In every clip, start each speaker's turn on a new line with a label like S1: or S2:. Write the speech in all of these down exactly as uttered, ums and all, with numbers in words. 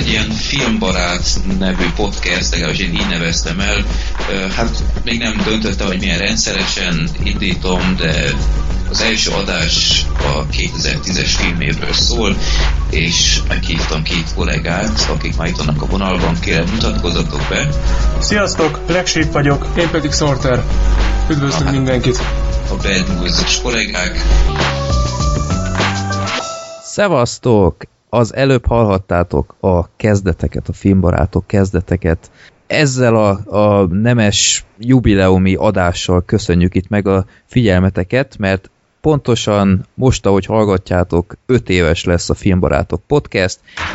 S1: egy ilyen filmbarát nevű podcast, legalábbis én így neveztem el. Hát még nem döntöttem, hogy milyen rendszeresen indítom, de az első adás a kétezer-tízes filmévről szól, és meghívtam két kollégát, akik már itt vannak a vonalban, kérem mutatkozzatok be.
S2: Sziasztok, Black Sheep vagyok.
S3: Én pedig Sorter. Üdvözlünk
S1: Aha.
S3: mindenkit.
S1: A Bad News-os kollégák.
S4: Szevasztok! Az előbb hallhattátok a kezdeteket, a filmbarátok kezdeteket. Ezzel a, a nemes jubileumi adással köszönjük itt meg a figyelmeteket, mert pontosan most, ahogy hallgatjátok, öt éves lesz a Filmbarátok podcast.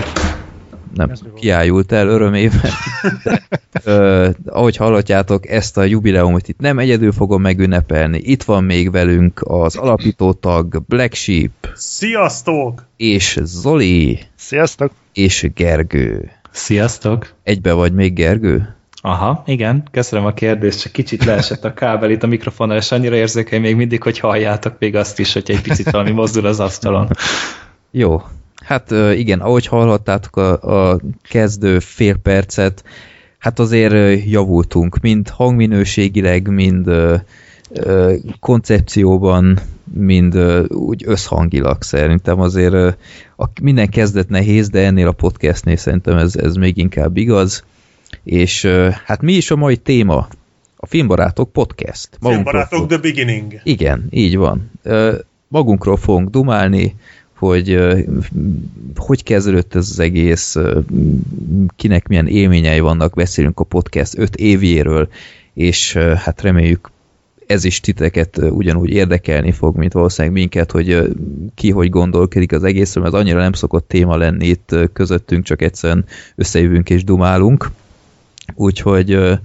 S4: Nem kiájult el örömében. De, ö, ahogy hallhatjátok, ezt a jubileumot itt nem egyedül fogom megünnepelni. Itt van még velünk az alapítótag Black Sheep.
S2: Sziasztok!
S4: És Zoli.
S5: Sziasztok!
S4: És Gergő.
S6: Sziasztok!
S4: Egybe vagy még, Gergő?
S6: Aha, igen, köszönöm a kérdést, csak kicsit leesett a kábel itt a mikrofonnal, és annyira érzékeny még mindig, hogy halljátok még azt is, hogyha egy picit valami mozdul az asztalon.
S4: Jó. Hát igen, ahogy hallhattátok a, a kezdő fél percet, hát azért javultunk, mind hangminőségileg, mind ö, ö, koncepcióban, mind ö, úgy összhangilag szerintem azért ö, a, minden kezdet nehéz, de ennél a podcastnél szerintem ez, ez még inkább igaz. És ö, hát mi is a mai téma? A Filmbarátok podcast.
S2: Filmbarátok
S4: fog...
S2: the beginning.
S4: Igen, így van. Ö, magunkról fogunk dumálni, hogy uh, hogy kezdődött ez az egész, uh, kinek milyen élményei vannak, beszélünk a podcast öt évjéről, és uh, hát reméljük ez is titeket uh, ugyanúgy érdekelni fog, mint valószínűleg minket, hogy uh, ki hogy gondolkodik az egészről, mert az annyira nem szokott téma lenni itt uh, közöttünk, csak egyszerűen összejövünk és dumálunk. Úgyhogy uh,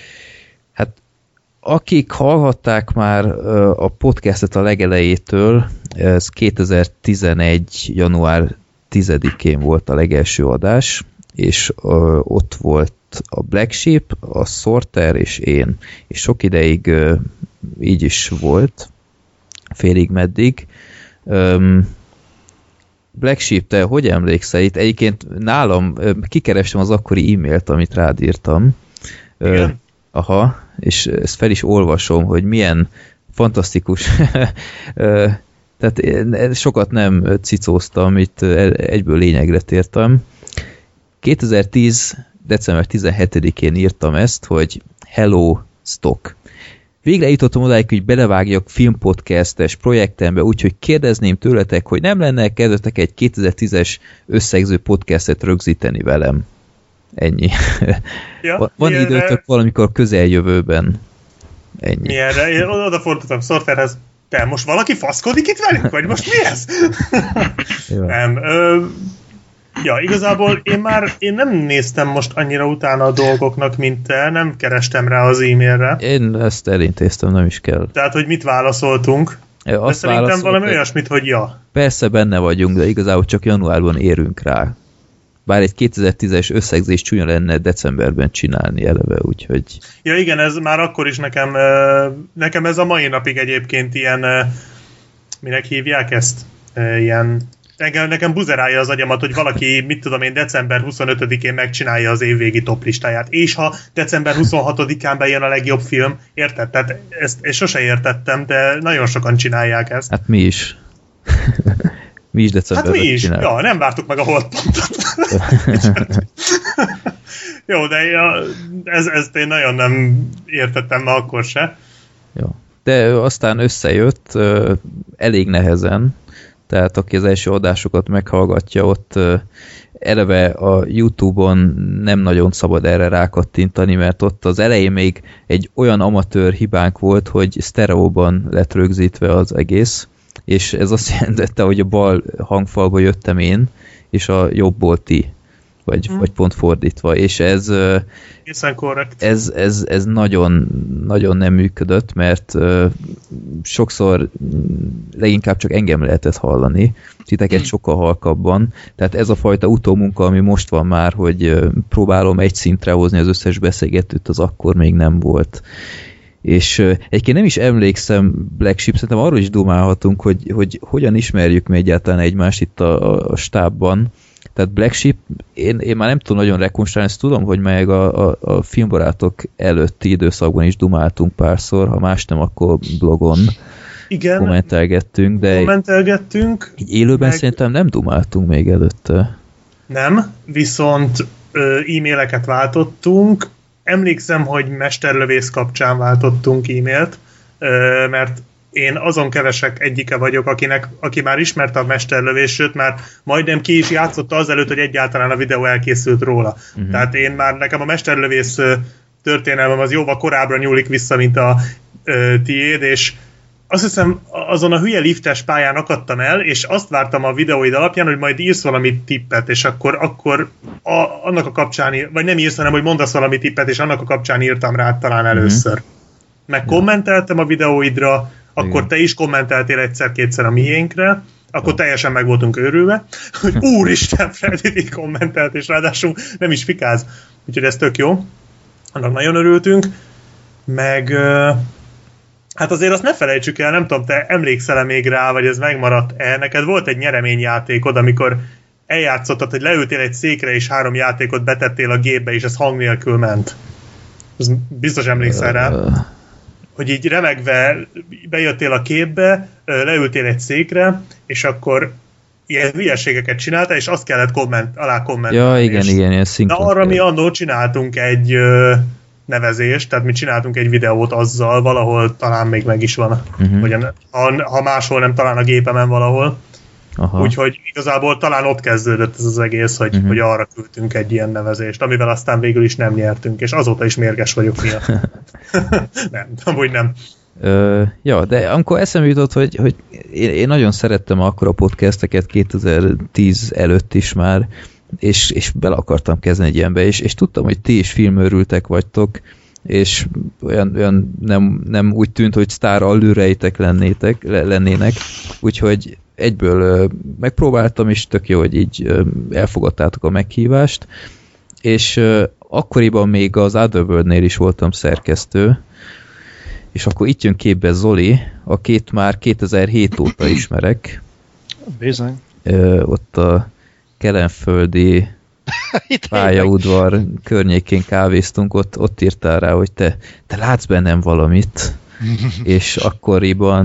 S4: hát akik hallhatták már uh, a podcastet a legelejétől, ez kétezer-tizenegy. január tizedikén volt a legelső adás, és uh, ott volt a Black Sheep, a Sorter és én, és sok ideig uh, így is volt, félig meddig. Um, Black Sheep, te hogy emlékszel? Itt egyébként nálam uh, kikerestem az akkori e-mailt, amit rád írtam.
S2: Igen?
S4: Uh, aha, és ezt fel is olvasom, hogy milyen fantasztikus uh, tehát sokat nem cicóztam, itt egyből lényegre tértem. kétezer-tíz. december tizenhetedikén írtam ezt, hogy Hello Stock. Végre jutottam odáig, hogy belevágjak filmpodcastes projektembe, úgyhogy kérdezném tőletek, hogy nem lenne kedvetek egy kétezer-tízes összegző podcastet rögzíteni velem. Ennyi.
S2: Ja,
S4: Van
S2: milyenre...
S4: időtök valamikor közeljövőben. Ennyi.
S2: Milyenre? Én odafordultam Sorterhez. Te, most valaki faszkodik itt velünk? Vagy most mi ez? nem. Ö, ja, igazából én már én nem néztem most annyira utána a dolgoknak, mint te. Nem kerestem rá az e-mailre.
S4: Én ezt elintéztem, nem is kell.
S2: Tehát, hogy mit válaszoltunk.
S4: Ja,
S2: de szerintem valami olyasmit, hogy ja.
S4: Persze benne vagyunk, de igazából csak januárban érünk rá. Bár egy kétezer-tízes összegzés csúnya lenne decemberben csinálni eleve, úgyhogy...
S2: Ja igen, ez már akkor is nekem, nekem ez a mai napig egyébként ilyen, minek hívják ezt? Ilyen, nekem, nekem buzerálja az agyamat, hogy valaki, mit tudom én, december huszonötödikén megcsinálja az évvégi toplistáját, és ha december huszonhatodikán bejön a legjobb film, érted? Tehát ezt, ezt sose értettem, de nagyon sokan csinálják ezt.
S4: Hát mi is. Mi is decemberben
S2: Hát mi is,
S4: csináljuk.
S2: ja, nem vártuk meg a holdpontot. Jó, de ja, ez, ezt én nagyon nem értettem már akkor se.
S4: Jó. De aztán összejött elég nehezen, tehát aki az első adásokat meghallgatja, ott eleve a YouTube-on nem nagyon szabad erre rákattintani, mert ott az elején még egy olyan amatőr hibánk volt, hogy sztereóban lett rögzítve az egész, és ez azt jelentette, hogy a bal hangfalba jöttem én, és a jobbból ti, vagy, hmm. vagy pont fordítva, és ez ez, ez, ez nagyon, nagyon nem működött, mert uh, sokszor leginkább csak engem lehetett hallani, titeket sokkal halkabban, tehát ez a fajta utómunka, ami most van már, hogy uh, próbálom egy szintre hozni az összes beszélgetőt, az akkor még nem volt. És uh, egyébként nem is emlékszem, Black Sheep, szerintem arról is dumálhatunk, hogy, hogy hogyan ismerjük mi egyáltalán egymást itt a, a stábban. Tehát Black Sheep, én, én már nem tudom nagyon rekonstruálni, ezt tudom, hogy meg a, a, a filmbarátok előtti időszakban is dumáltunk párszor, ha más nem, akkor blogon
S2: igen,
S4: kommentelgettünk, de
S2: kommentelgettünk,
S4: így élőben
S2: meg...
S4: szerintem nem dumáltunk még előtte.
S2: Nem, viszont ö, e-maileket váltottunk. Emlékszem, hogy Mesterlövész kapcsán váltottunk e-mailt, ö, mert én azon kevesek egyike vagyok, akinek, aki már ismerte a Mesterlövés, sőt már majdnem ki is játszotta azelőtt, hogy egyáltalán a videó elkészült róla. Uh-huh. Tehát én már, nekem a Mesterlövész történelmem az jóval korábbra nyúlik vissza, mint a ö, tiéd, és azt hiszem, azon a hülye liftes pályán akadtam el, és azt vártam a videóid alapján, hogy majd írsz valami tippet, és akkor, akkor a, annak a kapcsán, vagy nem írsz, hanem hogy mondasz valami tippet, és annak a kapcsán írtam rá talán először. Mm-hmm. Meg kommenteltem a videóidra, akkor igen. Te is kommenteltél egyszer-kétszer a miénkre, akkor teljesen meg voltunk őrülve, hogy úristen, Freddy kommentelt, és ráadásul nem is fikáz. Úgyhogy ez tök jó. Annak nagyon örültünk. Meg... Hát azért azt ne felejtsük el, nem tudom, te emlékszel-e még rá, vagy ez megmaradt-e? Neked volt egy nyereményjátékod, amikor eljátszottad, hogy leültél egy székre, és három játékot betettél a gépbe, és ez hang nélkül ment. Ez biztos emlékszel rá. Hogy így remegve bejöttél a képbe, leültél egy székre, és akkor ilyen hülyeségeket csináltál, és azt kellett komment, alá kommentelni.
S4: Ja, igen, igen, ilyen szinkron.
S2: Na arra mi annól csináltunk egy... nevezést, tehát mi csináltunk egy videót azzal, valahol talán még meg is van, uh-huh. hogy ha, ha máshol nem, talán a gépemen valahol. Aha. Úgyhogy igazából talán ott kezdődött ez az egész, hogy, uh-huh. hogy arra küldtünk egy ilyen nevezést, amivel aztán végül is nem nyertünk, és azóta is mérges vagyok miatt. nem, amúgy nem.
S4: Ö, ja, de amikor eszembe jutott, hogy, hogy én, én nagyon szerettem akkor a podcasteket kétezer-tíz előtt is már, és, és bele akartam kezdeni egy ilyenbe, és, és tudtam, hogy ti is filmőrültek vagytok, és olyan, olyan nem, nem úgy tűnt, hogy sztár allőreitek lennétek, lennének, úgyhogy egyből ö, megpróbáltam, és tök jó, hogy így ö, elfogadtátok a meghívást, és ö, akkoriban még az Otherworld-nél is voltam szerkesztő, és akkor itt jön képbe Zoli, akit már kétezer-hét óta ismerek.
S5: Bizony.
S4: Ö, ott a kelenföldi pályaudvar környékén kávéztunk, ott, ott írtál rá, hogy te, te látsz bennem valamit, és akkoriban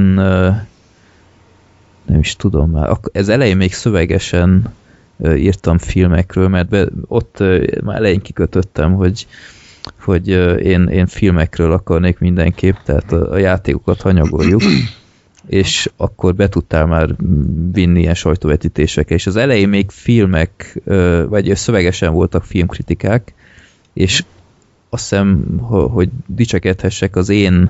S4: nem is tudom már, ez elején még szövegesen írtam filmekről, mert be, ott már elején kikötöttem, hogy, hogy én, én filmekről akarnék mindenképp, tehát a, a játékokat hanyagoljuk, és akkor be tudtál már vinni ilyen sajtóvetítésekkel, és az elején még filmek, vagy szövegesen voltak filmkritikák, és azt hiszem, hogy dicsekedhessek, az én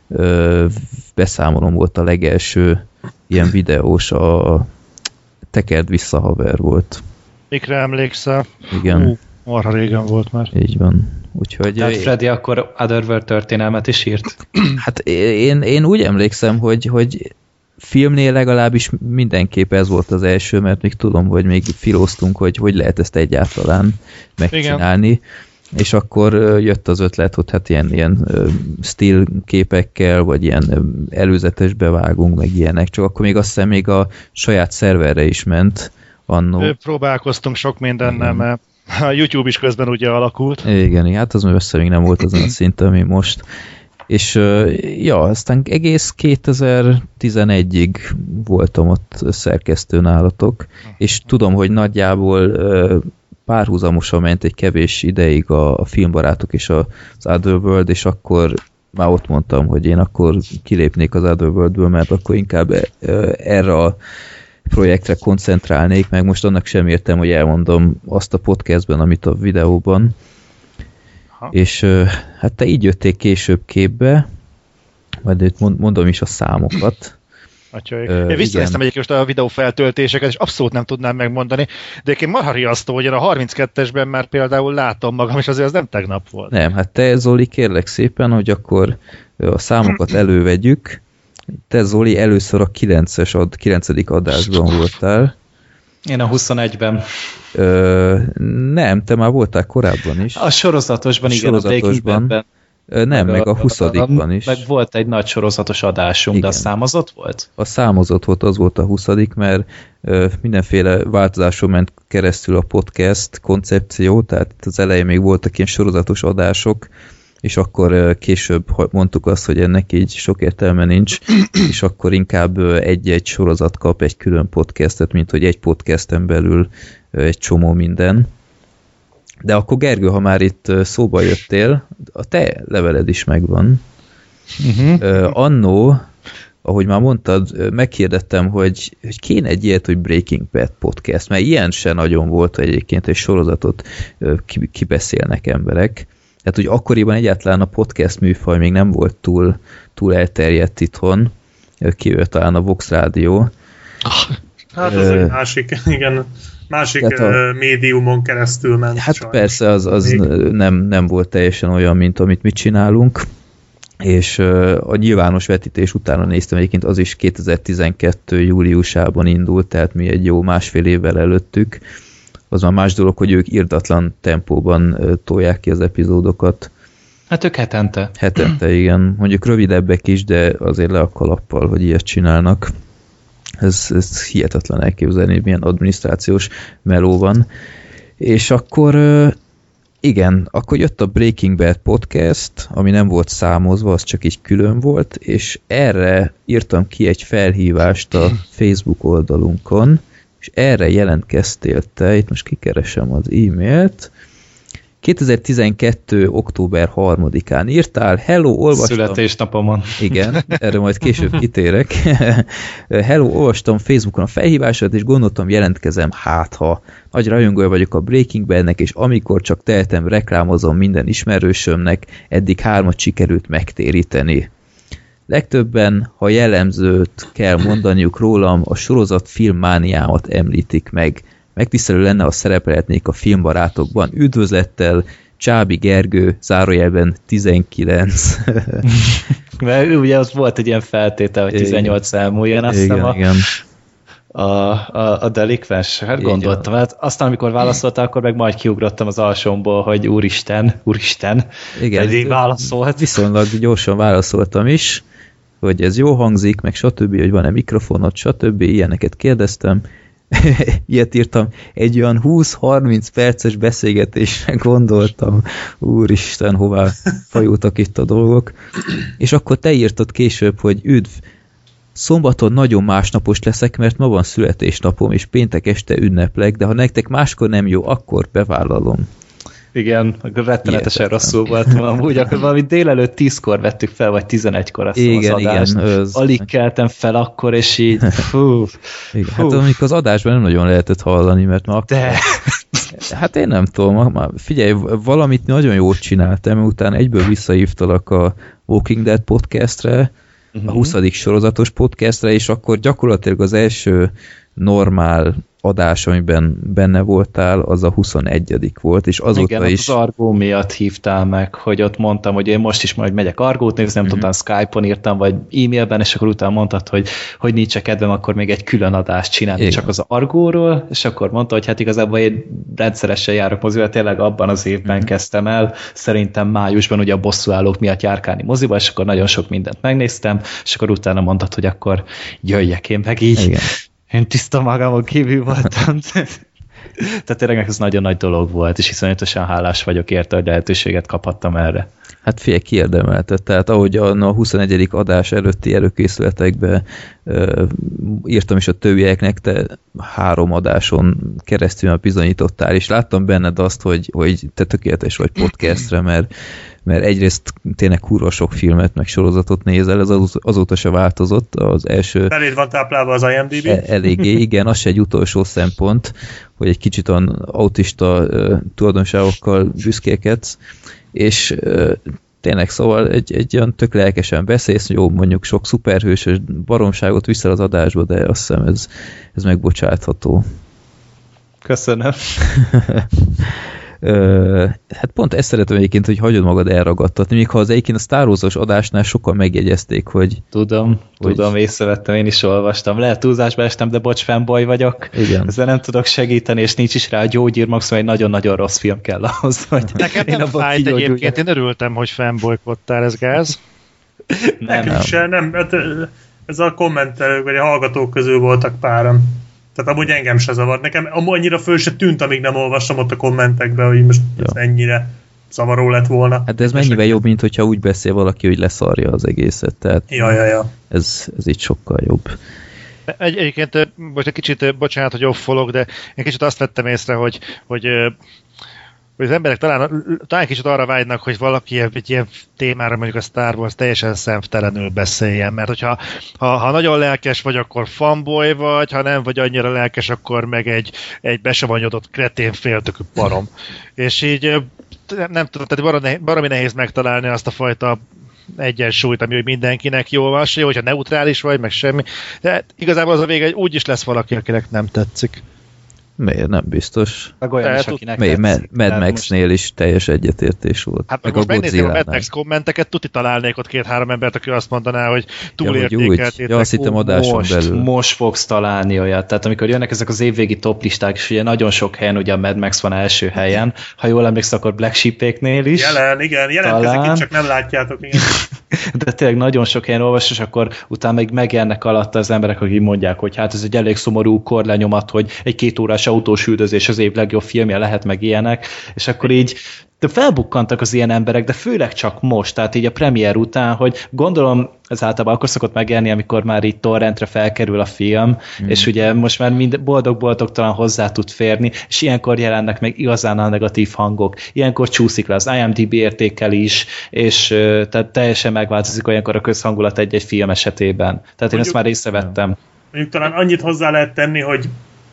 S4: beszámolom volt a legelső ilyen videós, a Tekerd vissza haver volt.
S5: Mikre emlékszel?
S4: Igen.
S5: Hú, marha régen volt már.
S4: Így van. Úgyhogy
S6: tehát Freddy akkor Otherworld történelmet is írt?
S4: Hát én, én úgy emlékszem, hogy, hogy filmnél legalábbis mindenképp ez volt az első, mert még tudom, hogy még filóztunk, hogy hogy lehet ezt egyáltalán megcsinálni. Igen. És akkor jött az ötlet, hogy hát ilyen, ilyen still képekkel, vagy ilyen előzetes bevágunk, meg ilyenek, csak akkor még azt hiszem még a saját szerverre is ment annó.
S5: Próbálkoztunk sok mindennel, mert a YouTube is közben ugye alakult.
S4: Igen, hát az össze még nem volt azon a szinten, ami most. És ja, aztán egész kétezer-tizenegyig voltam ott szerkesztő nálatok, és tudom, hogy nagyjából párhuzamosan ment egy kevés ideig a, a filmbarátok és az Otherworld, és akkor már ott mondtam, hogy én akkor kilépnék az Otherworldből, mert akkor inkább erre a projektre koncentrálnék, meg most annak sem értem, hogy elmondom azt a podcastben, amit a videóban. Aha. És hát te így jöttél később képbe, majd itt mondom is a számokat.
S5: Ö, én visszanéztem egyébként a videó feltöltéseket, és abszolút nem tudnám megmondani, de egyébként marha riasztó, hogy én a harminckettesben már például látom magam, és azért az nem tegnap volt.
S4: Nem, hát te, Zoli, kérlek szépen, hogy akkor a számokat elővegyük. Te, Zoli, először a kilences ad, kilencedik adásban voltál.
S6: Én a huszonegyben.
S4: Ö, nem, te már voltál korábban is.
S6: A sorozatosban, a igen,
S4: sorozatosban.
S6: a
S4: Nem, meg, meg a, a huszadikban is.
S6: Meg volt egy nagy sorozatos adásunk, igen. De a számozott volt?
S4: A számozott volt, az volt a huszadik, mert ö, mindenféle változáson ment keresztül a podcast koncepció, tehát itt az elején még voltak ilyen sorozatos adások, és akkor ö, később mondtuk azt, hogy ennek így sok értelme nincs, és akkor inkább egy-egy sorozat kap egy külön podcastet, mint hogy egy podcasten belül ö, egy csomó minden. De akkor Gergő, ha már itt szóba jöttél, a te leveled is megvan. Uh-huh. Uh, annó, ahogy már mondtad, megkérdettem, hogy, hogy kéne egy ilyet, hogy Breaking Bad podcast, mert ilyen se nagyon volt egyébként, egy sorozatot uh, kibeszélnek emberek. Tehát, hogy akkoriban egyáltalán a podcast műfaj még nem volt túl, túl elterjedt itthon, kijöjjött talán a Vox Rádió.
S2: Hát az uh, egy másik, igen. Másik a, médiumon keresztül ment.
S4: Hát sajnos. Persze, az, az nem, nem volt teljesen olyan, mint amit mi csinálunk, és a nyilvános vetítés utána néztem, egyébként az is kétezer-tizenkettő júliusában indult, tehát mi egy jó másfél évvel előttük. Az már más dolog, hogy ők irdatlan tempóban tolják ki az epizódokat.
S6: Hát ők hetente.
S4: Hetente, igen. Mondjuk rövidebbek is, de azért le a kalappal, hogy ilyet csinálnak. Ez, ez hihetetlen elképzelni, hogy milyen adminisztrációs meló van. És akkor igen, akkor jött a Breaking Bad podcast, ami nem volt számozva, az csak így külön volt, és erre írtam ki egy felhívást a Facebook oldalunkon, és erre jelentkeztél te, itt most kikeresem az e-mailt, kétezer-tizenkettő október harmadikán írtál, hello, olvastam...
S6: Születésnapomon.
S4: Igen, erre majd később kitérek. Hello, olvastam Facebookon a felhívásodat, és gondoltam, jelentkezem, hát ha nagy rajongója vagyok a Breaking Badnek, és amikor csak tehetem, reklámozom minden ismerősömnek, eddig hármat sikerült megtéríteni. Legtöbben, ha jellemzőt kell mondaniuk rólam, a sorozat filmmániámat említik meg. Megtisztelő lenne, ha szerepelhetnék a filmbarátokban. Üdvözlettel, Csábi Gergő, zárójelben tizenkilenc.
S6: Mert ugye az volt egy ilyen feltétel, hogy tizennyolc elmúljon, azt hiszem a,
S4: igen.
S6: a, a, a delikvens. Hát gondoltam, hát aztán amikor válaszoltál, akkor meg majd kiugrottam az alsomból, hogy úristen, úristen,
S4: igen,
S6: eddig válaszolt.
S4: Viszonylag gyorsan válaszoltam is, hogy ez jó hangzik, meg stb., hogy van-e mikrofonod, stb., ilyeneket kérdeztem. Ilyet írtam, egy olyan húsz-harminc perces beszélgetésre gondoltam, úristen, hová fajultak itt a dolgok. És akkor te írtad később, hogy üdv, szombaton nagyon másnapos leszek, mert ma van születésnapom, és péntek este ünneplek, de ha nektek máskor nem jó, akkor bevállalom.
S6: Igen, rettenetesen rosszul volt amúgy, akkor valami délelőtt tízkor vettük fel, vagy tizenegykor azt
S4: igen,
S6: az adást.
S4: Igen, az...
S6: Alig keltem fel akkor, és így fú,
S4: igen, fú. Hát amikor az adásban nem nagyon lehetett hallani, mert ma
S6: De...
S4: Hát én nem tudom, már figyelj, valamit nagyon jót csináltam, utána egyből visszahívtalak a Walking Dead podcastre, uh-huh. a huszadik sorozatos podcastre, és akkor gyakorlatilag az első normál adás, amiben benne voltál, az a huszonegyedik volt, és azóta
S6: igen,
S4: is...
S6: az Argó miatt hívtál meg, hogy ott mondtam, hogy én most is majd megyek Argót nézni, nem mm-hmm. tudtam, Skype-on írtam, vagy e-mailben, és akkor utána mondtad, hogy, hogy nincs kedvem, akkor még egy külön adást csinálni igen. csak az Argóról, és akkor mondta, hogy hát igazából én rendszeresen járok moziba, tényleg abban az évben mm-hmm. kezdtem el, szerintem májusban ugye a bosszúállók miatt járkálni moziba, és akkor nagyon sok mindent megnéztem, és akkor utána mondtad, hogy akkor jöjjek én meg így. Igen. Én tiszta magamon kívül voltam. Tehát tényleg ez nagyon nagy dolog volt, és iszonyatosan hálás vagyok érte, hogy lehetőséget kaphattam erre.
S4: Hát figyelj, kiérdemelte. Tehát ahogy a huszonegyedik adás előtti előkészületekbe uh, írtam is a többieknek, te három adáson keresztül bizonyítottál, és láttam benned azt, hogy, hogy te tökéletes vagy podcastre, mert, mert egyrészt tényleg kurva sok filmet, meg sorozatot nézel, ez az, azóta se változott. Az első...
S2: Beléd van táplálva az IMDb?
S4: E, eléggé, igen, az se egy utolsó szempont, hogy egy kicsit olyan autista uh, tulajdonságokkal büszkélkedsz, és uh, tényleg szóval egy, egy olyan tök lelkesen beszélsz, jó, mondjuk sok szuperhősös baromságot viszel az adásba, de azt hiszem ez, ez megbocsátható.
S6: Köszönöm.
S4: Ö, hát pont ezt szeretem egyébként, hogy hagyod magad elragadtatni, még ha az egyébként a Star Wars-os adásnál sokkal megjegyezték, hogy...
S6: Tudom, hogy... tudom, észrevettem, én is olvastam. Lehet túlzásba estem, de bocs, fanboy vagyok. Igen. Ezzel nem tudok segíteni, és nincs is rá a gyógyír, maximum egy nagyon-nagyon rossz film kell ahhoz, hogy...
S5: Nekem nem fájt egyébként, én örültem, hogy fanboykottál, ez gáz.
S2: Nem, nem. Se, nem. Hát, ez a kommentelők, vagy a hallgatók közül voltak páran. Tehát amúgy engem se zavart. Nekem annyira föl se tűnt, amíg nem olvastam ott a kommentekbe, hogy most ez ennyire zavaró lett volna.
S4: Hát de ez mennyivel jobb, mint hogyha úgy beszél valaki, hogy leszarja az egészet. Tehát
S2: ja, ja, ja.
S4: Ez, ez így sokkal jobb.
S5: Egy, egyébként most egy kicsit, bocsánat, hogy off-folok, de én kicsit azt vettem észre, hogy, hogy hogy az emberek talán, talán kicsit arra vágynak, hogy valaki egy ilyen témára, mondjuk a Star Wars teljesen szemtelenül beszéljen, mert hogyha ha, ha nagyon lelkes vagy, akkor fanboy vagy, ha nem vagy annyira lelkes, akkor meg egy, egy besavanyodott kretén féltökű parom. És így nem tudom, tehát baromi nehéz megtalálni azt a fajta egyensúlyt, ami hogy mindenkinek jó van, se jó, hogyha neutrális vagy, meg semmi. De igazából az a vége, hogy úgyis lesz valaki, akinek nem tetszik.
S4: Miért? Nem biztos.
S6: Meg olyan is, akinek
S4: Miért? Mad, Mad Max-nél is teljes egyetértés volt.
S5: Hát meg most megnéztem a Mad Max kommenteket, tuti találnék ott két-három embert, aki azt mondaná, hogy túlértékeltétek.
S4: Ja, azt hittem adáson
S6: most,
S4: belül.
S6: Most fogsz találni olyat. Tehát amikor jönnek ezek az évvégi toplisták, és ugye nagyon sok helyen ugye a Mad Max van első helyen. Ha jól emlékszem, akkor Black Sheep-éknél is.
S2: Jelen, igen, jelentkezik itt, csak nem látjátok. Igen.
S6: De tényleg nagyon sok helyen olvas, és akkor utána még megjelennek alatta az emberek, akik mondják, hogy hát ez egy elég szomorú korlenyomat, hogy egy két órás autós üldözés az év legjobb filmje lehet, meg ilyenek, és akkor így de felbukkantak az ilyen emberek, de főleg csak most, tehát így a premier után, hogy gondolom ez általában akkor szokott megjelenni, amikor már így torrentre felkerül a film, mm. és ugye most már mind boldog-boldog talán hozzá tud férni, és ilyenkor jelennek meg igazán a negatív hangok. Ilyenkor csúszik le az I M D B értékkel is, és tehát teljesen megváltozik olyankor a közhangulat egy-egy film esetében. Tehát mondjuk, én ezt már észrevettem.
S2: Mondjuk talán annyit hozzá lehet tenni, hogy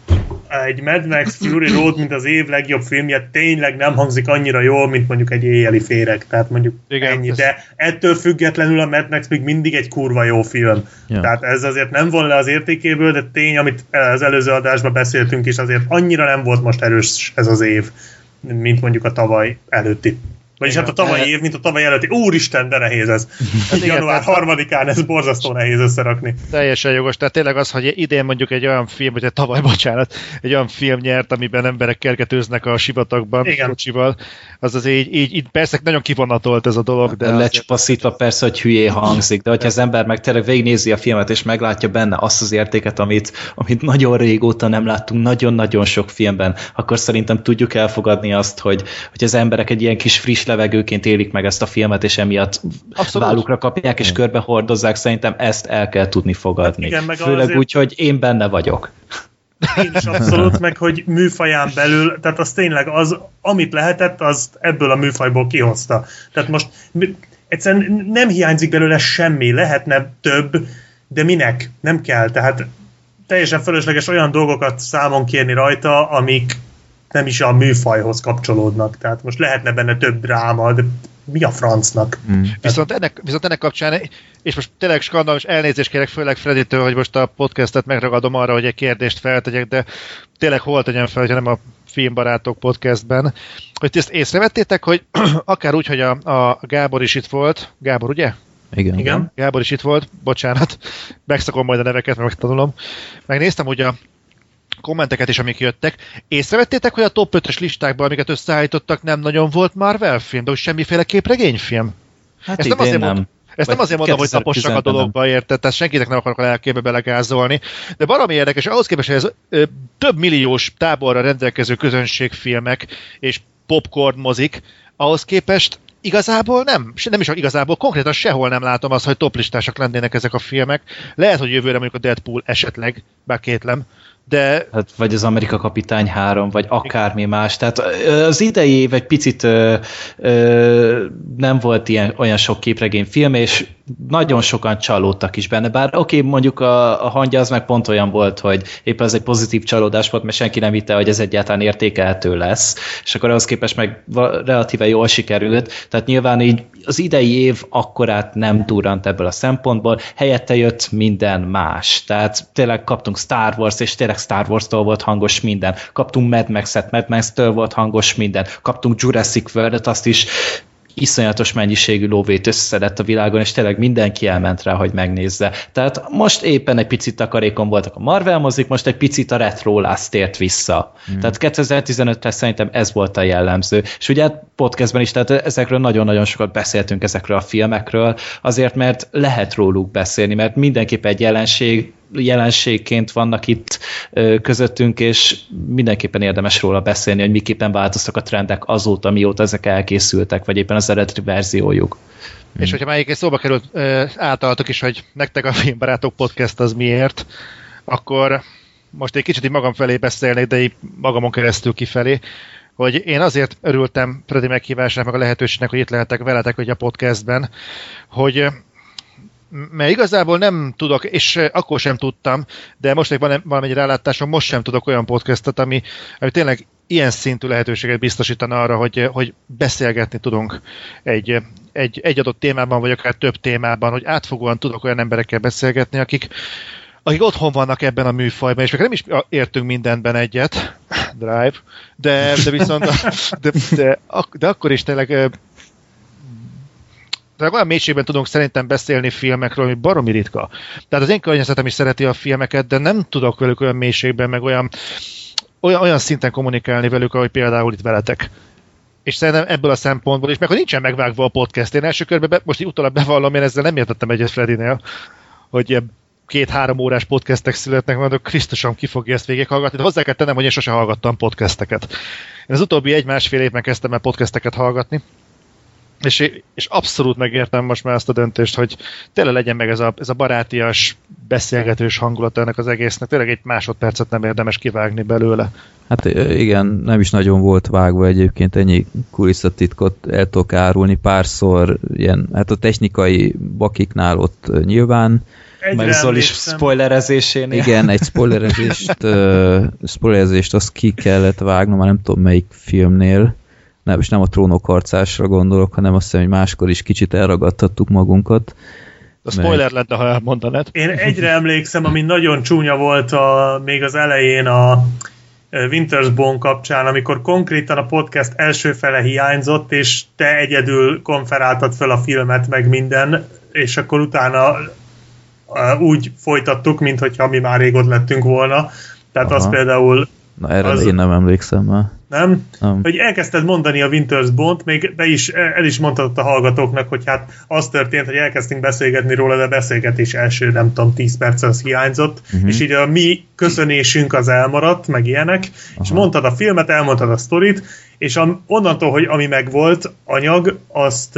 S2: egy Mad Max Fury Road, mint az év legjobb filmje, tényleg nem hangzik annyira jól, mint mondjuk egy éjjeli féreg. Tehát mondjuk igen, ennyi. Ez... De ettől függetlenül a Mad Max még mindig egy kurva jó film. Ja. Tehát ez azért nem von le az értékéből, de tény, amit az előző adásban beszéltünk is, azért annyira nem volt most erős ez az év, mint mondjuk a tavaly előtti. Vagyis hát a tavalyi év, mint a tavaly előtti. Úristen, de nehéz ez. Hát január harmadikán ez borzasztó nehéz összerakni.
S5: Teljesen jogos. Tehát tényleg az, hogy idén mondjuk egy olyan film, vagy egy tavaly, bocsánat, egy olyan film nyert, amiben emberek kergetőznek a sivatagban, kocsival, az az így, így, így persze nagyon kivonatolt ez a dolog. De
S6: lecsupaszítva persze, hogy hülyé hangzik, de hogyha az ember meg tényleg végignézi a filmet, és meglátja benne azt az értéket, amit, amit nagyon régóta nem láttunk, nagyon-nagyon sok filmben, akkor szerintem tudjuk elfogadni azt, hogy, hogy az emberek egy ilyen kis friss levegőként élik meg ezt a filmet, és emiatt abszolút vállukra kapják, és körbe hordozzák. Szerintem ezt el kell tudni fogadni. Hát igen, főleg azért... úgy, hogy én benne vagyok.
S2: Én is abszolút, meg hogy műfaján belül, tehát az tényleg az, amit lehetett, az ebből a műfajból kihozta. Tehát most egyszerűen nem hiányzik belőle semmi, lehetne több, de minek? Nem kell. Tehát teljesen fölösleges olyan dolgokat számon kérni rajta, amik nem is a műfajhoz kapcsolódnak. Tehát most lehetne benne több dráma, de mi a francnak? Mm.
S5: Viszont, ennek, viszont ennek kapcsán, és most tényleg skandalmas elnézést kérek, főleg Freditől, hogy most a podcastet megragadom arra, hogy egy kérdést feltegyek, de tényleg hol tegyem fel, hogyha nem a Filmbarátok podcastben, hogy ezt észrevettétek, hogy akár úgy, hogy a, a Gábor is itt volt, Gábor, ugye?
S4: Igen.
S5: Igen. Gábor is itt volt, bocsánat, megszakom majd a neveket, mert megtanulom. Megnéztem ugye a kommenteket is, amik jöttek. Észrevettétek, hogy a top ötös listákban, amiket összeállítottak, nem nagyon volt Marvel film, de úgy semmiféle képregényfilm?
S6: Hát ezt nem azért nem.
S5: Mond, ezt nem azért mondom, hogy tapossak a dologba, érted? Tehát senkinek nem akarok a lelkébe belegázolni. De valami érdekes, ahhoz képest, hogy ez ö, több milliós táborra rendelkező közönségfilmek és popcorn mozik, ahhoz képest igazából nem, nem is igazából, konkrétan sehol nem látom azt, hogy toplistásak lennének ezek a filmek. Lehet, hogy jövőre mondjuk a Deadpool esetleg, bár kétlem, de...
S6: Hát, vagy az Amerika Kapitány három, vagy akármi más. Tehát az idei év egy picit ö, ö, nem volt ilyen, olyan sok képregényfilm, és nagyon sokan csalódtak is benne, bár oké, okay, mondjuk a, a hangja az meg pont olyan volt, hogy éppen ez egy pozitív csalódás volt, mert senki nem hitte, hogy ez egyáltalán értékelhető lesz, és akkor ahhoz képest meg relatíve jól sikerült, tehát nyilván így az idei év akkorát nem durrant ebből a szempontból, helyette jött minden más, tehát tényleg kaptunk Star Wars, és tényleg Star Wars-tól volt hangos minden, kaptunk Mad Max-et, Mad Max-től volt hangos minden, kaptunk Jurassic World-et, azt is iszonyatos mennyiségű lóvét összeszedett a világon, és tényleg mindenki elment rá, hogy megnézze. Tehát most éppen egy picit takarékon voltak a Marvel mozik, most egy picit a retrolász tért vissza. Mm. Tehát kétezer-tizenötre szerintem ez volt a jellemző. És ugye podcastben is, tehát ezekről nagyon-nagyon sokat beszéltünk, ezekről a filmekről, azért, mert lehet róluk beszélni, mert mindenképp egy jelenség, jelenségként vannak itt ö, közöttünk, és mindenképpen érdemes róla beszélni, hogy miképpen változtak a trendek azóta, mióta ezek elkészültek, vagy éppen az eredeti verziójuk.
S5: És hmm. hogyha már egy szóba került ö, általatok is, hogy nektek a Filmbarátok podcast az miért, akkor most egy kicsit így magam felé beszélnék, de így magamon keresztül kifelé, hogy én azért örültem Freddy meghívásának, meg a lehetőségnek, hogy itt lehetek veletek hogy a podcastben, hogy mert igazából nem tudok, és akkor sem tudtam, de most még van egy rálátásom, most sem tudok olyan podcastot, ami, ami tényleg ilyen szintű lehetőséget biztosítana arra, hogy, hogy beszélgetni tudunk egy, egy, egy adott témában, vagy akár több témában, hogy átfogóan tudok olyan emberekkel beszélgetni, akik, akik otthon vannak ebben a műfajban, és még nem is értünk mindenben egyet, Drive, de, de viszont de, de, de akkor is tényleg de olyan mélységben tudunk szerintem beszélni filmekről, ami baromi ritka. Tehát az én környezetem is szereti a filmeket, de nem tudok velük olyan mélységben, meg olyan, olyan, olyan szinten kommunikálni velük, ahogy például itt veletek. És szerintem ebből a szempontból is, meg hogy nincsen megvágva a podcast. Én első körben, be, most így utólag bevallom, én ezzel nem értettem egyet Fredinél, hogy ilyen két-három órás podcastek születnek, mondok, Krisztusom, ki fogja ezt végighallgatni, de hozzá kell tennem, hogy én sose hallgattam podcasteket. Én az utóbbi egy-másfél évben kezdtem el podcasteket hallgatni, És, és abszolút megértem most már azt a döntést, hogy tényleg legyen meg ez a, ez a barátias, beszélgetős hangulat ennek az egésznek. Tényleg egy másodpercet nem érdemes kivágni belőle.
S4: Hát igen, nem is nagyon volt vágva egyébként, ennyi kulisszatitkot el tudok árulni párszor, ilyen, hát a technikai bakiknál ott nyilván.
S6: Egyre meg Zoli spoilerezésénél.
S4: Igen, egy spoilerezést, uh, spoilerezést azt ki kellett vágnom, már nem tudom melyik filmnél. Nem, és nem a Trónok harcásra gondolok, hanem azt hiszem, hogy máskor is kicsit elragadtattuk magunkat.
S5: A spoiler lett, ha elmondanád.
S2: Én egyre emlékszem, ami nagyon csúnya volt a, még az elején a Winter's Bone kapcsán, amikor konkrétan a podcast első fele hiányzott, és te egyedül konferáltad fel a filmet, meg minden, és akkor utána úgy folytattuk, minthogyha mi már rég ott lettünk volna. Tehát Aha. az például...
S4: Na erre
S2: az...
S4: én nem emlékszem már.
S2: Nem?
S4: nem?
S2: Hogy elkezdted mondani a Winter's Bone-t, még be is, el is mondtad a hallgatóknak, hogy hát az történt, hogy elkezdtünk beszélgetni róla, de beszélgetés első, nem tudom, tíz perc az hiányzott, uh-huh. és így a mi köszönésünk az elmaradt, meg ilyenek, Aha. és mondtad a filmet, elmondtad a sztorit, és a, onnantól, hogy ami megvolt, anyag, azt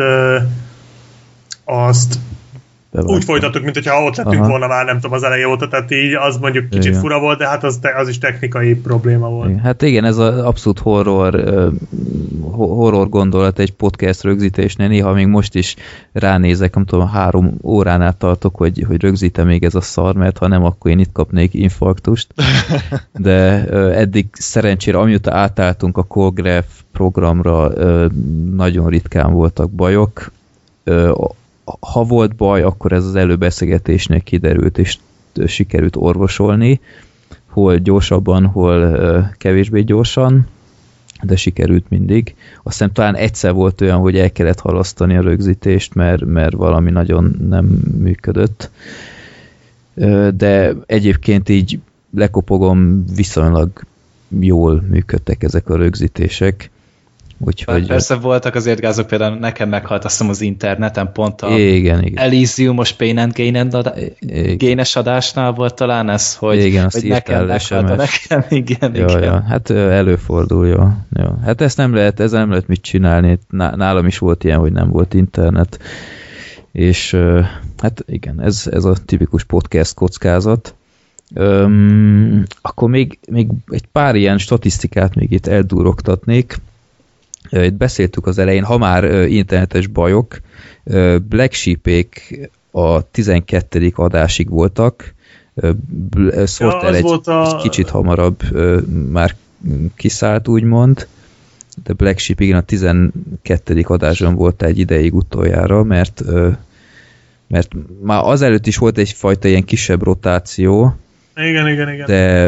S2: azt Bevágtam. Úgy folytattuk, mint hogyha ott lettünk Aha. volna már, nem tudom, az eleje óta, tehát így az mondjuk kicsit igen. fura volt, de hát az, az is technikai probléma volt.
S4: Igen. Hát igen, ez az abszolút horror, uh, horror gondolat egy podcast rögzítésnél, néha még most is ránézek, nem tudom, három óránál tartok, hogy, hogy rögzítem még ez a szar, mert ha nem, akkor én itt kapnék infarktust. De uh, eddig szerencsére, amióta átálltunk a CallGraph programra, uh, nagyon ritkán voltak bajok. Uh, ha volt baj, akkor ez az előbeszélgetésnél kiderült, és sikerült orvosolni, hol gyorsabban, hol kevésbé gyorsan, de sikerült mindig. Azt hiszem talán egyszer volt olyan, hogy el kellett halasztani a rögzítést, mert, mert valami nagyon nem működött. De egyébként így lekopogom, viszonylag jól működtek ezek a rögzítések. Úgyhogy...
S6: Persze voltak azért gázok, például nekem meghalt azt hiszem az interneten pont a
S4: igen, igen.
S6: Elysium-os Pain and Gain-es adá... adásnál volt talán ez, hogy,
S4: igen,
S6: hogy nekem meghalt a nekem, igen,
S4: ja,
S6: igen.
S4: Ja. Hát előfordul, jó. Ja. Hát ezt nem lehet, ezzel nem lehet mit csinálni. Nálam is volt ilyen, hogy nem volt internet. És hát igen, ez, ez a tipikus podcast kockázat. Öm, akkor még, még egy pár ilyen statisztikát még itt eldurogtatnék. Itt beszéltük az elején, ha már internetes bajok, Black Sheep-ék a tizenkettedik adásig voltak. Sorter ja, egy a... kicsit hamarabb már kiszállt, úgymond. De Black Sheep igen, a tizenkettedik adásban volt egy ideig utoljára, mert, mert már azelőtt is volt egyfajta ilyen kisebb rotáció.
S2: Igen, igen, igen.
S4: De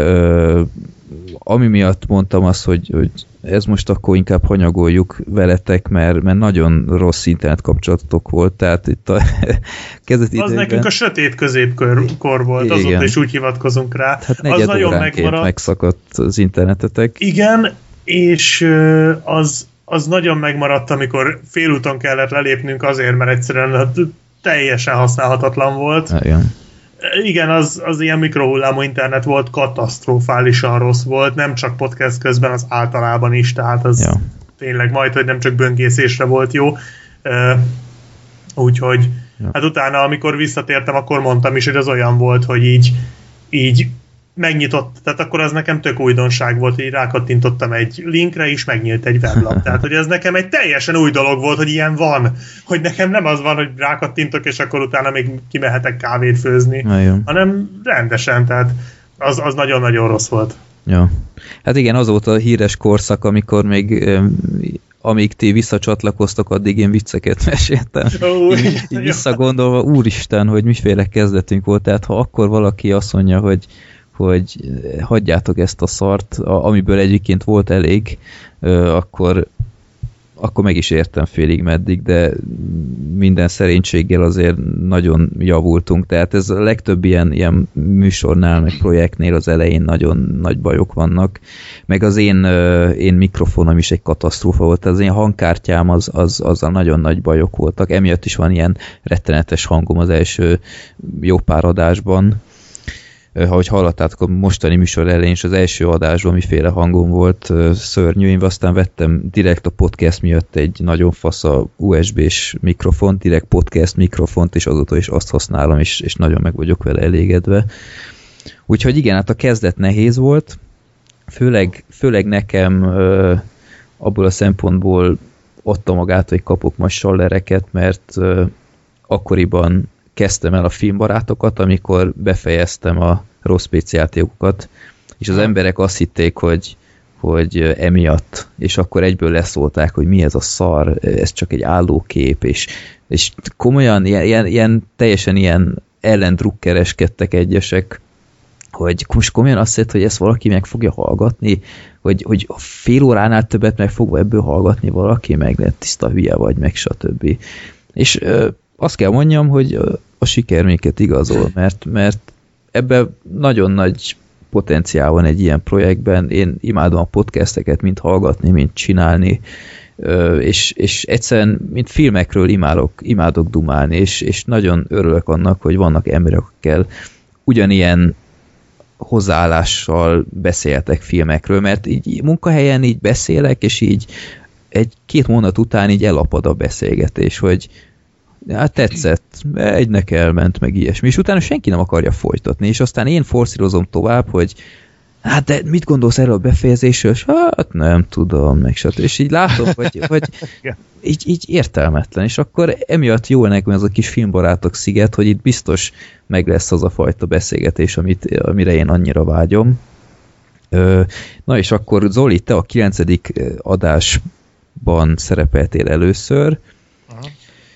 S4: ami miatt mondtam azt, hogy, hogy ez most akkor inkább hanyagoljuk veletek, mert, mert nagyon rossz internet kapcsolatotok volt, tehát itt a kezdeti
S2: az időkben... nekünk a sötét középkor volt,
S4: igen.
S2: Azóta is úgy hivatkozunk rá.
S4: Hát negyed
S2: az
S4: óránként megmaradt... megszakadt az internetetek.
S2: Igen, és az, az nagyon megmaradt, amikor félúton kellett lelépnünk azért, mert egyszerűen teljesen használhatatlan volt.
S4: Igen.
S2: Igen, az, az ilyen mikrohullámú internet volt, katasztrofálisan rossz volt, nem csak podcast közben, az általában is, tehát az ja. tényleg majd, hogy nem csak böngészésre volt jó. Uh, úgyhogy, ja. hát utána, amikor visszatértem, akkor mondtam is, hogy az olyan volt, hogy így, így megnyitott, tehát akkor az nekem tök újdonság volt, hogy rákattintottam egy linkre, és megnyílt egy weblap. Tehát, hogy ez nekem egy teljesen új dolog volt, hogy ilyen van. Hogy nekem nem az van, hogy rákattintok, és akkor utána még kimehetek kávét főzni,
S4: Na,
S2: hanem rendesen, tehát az, az nagyon-nagyon rossz volt.
S4: Ja. Hát igen, az volt a híres korszak, amikor még amíg ti visszacsatlakoztok, addig én vicceket meséltem.
S2: Úr,
S4: így, így visszagondolva, úristen, hogy miféle kezdetünk volt, tehát ha akkor valaki azt mondja, hogy hogy hagyjátok ezt a szart, amiből egyébként volt elég, akkor, akkor meg is értem félig meddig, de minden szerénységgel azért nagyon javultunk, tehát ez a legtöbb ilyen, ilyen műsornál, meg projektnél az elején nagyon nagy bajok vannak, meg az én, én mikrofonom is egy katasztrófa volt, az én hangkártyám az, az, azzal nagyon nagy bajok voltak, emiatt is van ilyen rettenetes hangom az első jó pár adásban. Ahogy hallottátok a mostani műsor elején is az első adásban miféle hangom volt szörnyű, én aztán vettem direkt a podcast miatt egy nagyon fasz a u es bé-s mikrofont, direkt podcast mikrofont, és azóta is azt használom, és, és nagyon meg vagyok vele elégedve. Úgyhogy igen, hát a kezdet nehéz volt, főleg, főleg nekem abból a szempontból adta magát, hogy kapok majd sallereket, mert akkoriban kezdtem el a filmbarátokat, amikor befejeztem a rossz pé cé játékokat, és az emberek azt hitték, hogy, hogy emiatt, és akkor egyből leszólták, hogy mi ez a szar, ez csak egy állókép, és, és komolyan, ilyen, ilyen, ilyen, teljesen ilyen ellendrukkereskedtek egyesek, hogy most komolyan azt hitt, hogy ezt valaki meg fogja hallgatni, hogy, hogy fél óránál többet meg fog ebből hallgatni valaki, meg tiszta hülye vagy, meg stb. És azt kell mondjam, hogy a siker minket igazol, mert, mert ebben nagyon nagy potenciál van egy ilyen projektben. Én imádom a podcasteket, mint hallgatni, mint csinálni, és, és egyszerűen, mint filmekről imádok, imádok dumálni, és, és nagyon örülök annak, hogy vannak emberek, akikkel ugyanilyen hozzáállással beszéltek filmekről, mert így munkahelyen így beszélek, és így egy-két mondat után így elapad a beszélgetés, hogy hát tetszett, egynek elment, meg ilyesmi, és utána senki nem akarja folytatni, és aztán én forszírozom tovább, hogy hát de mit gondolsz erről a befejezésről? Hát nem tudom, meg stb. És így látom, hogy, hogy így, így értelmetlen, és akkor emiatt jó nekem ez a kis filmbarátok sziget, hogy itt biztos meg lesz az a fajta beszélgetés, amit, amire én annyira vágyom. Na és akkor Zoli, te a kilencedik adásban szerepeltél először, aha.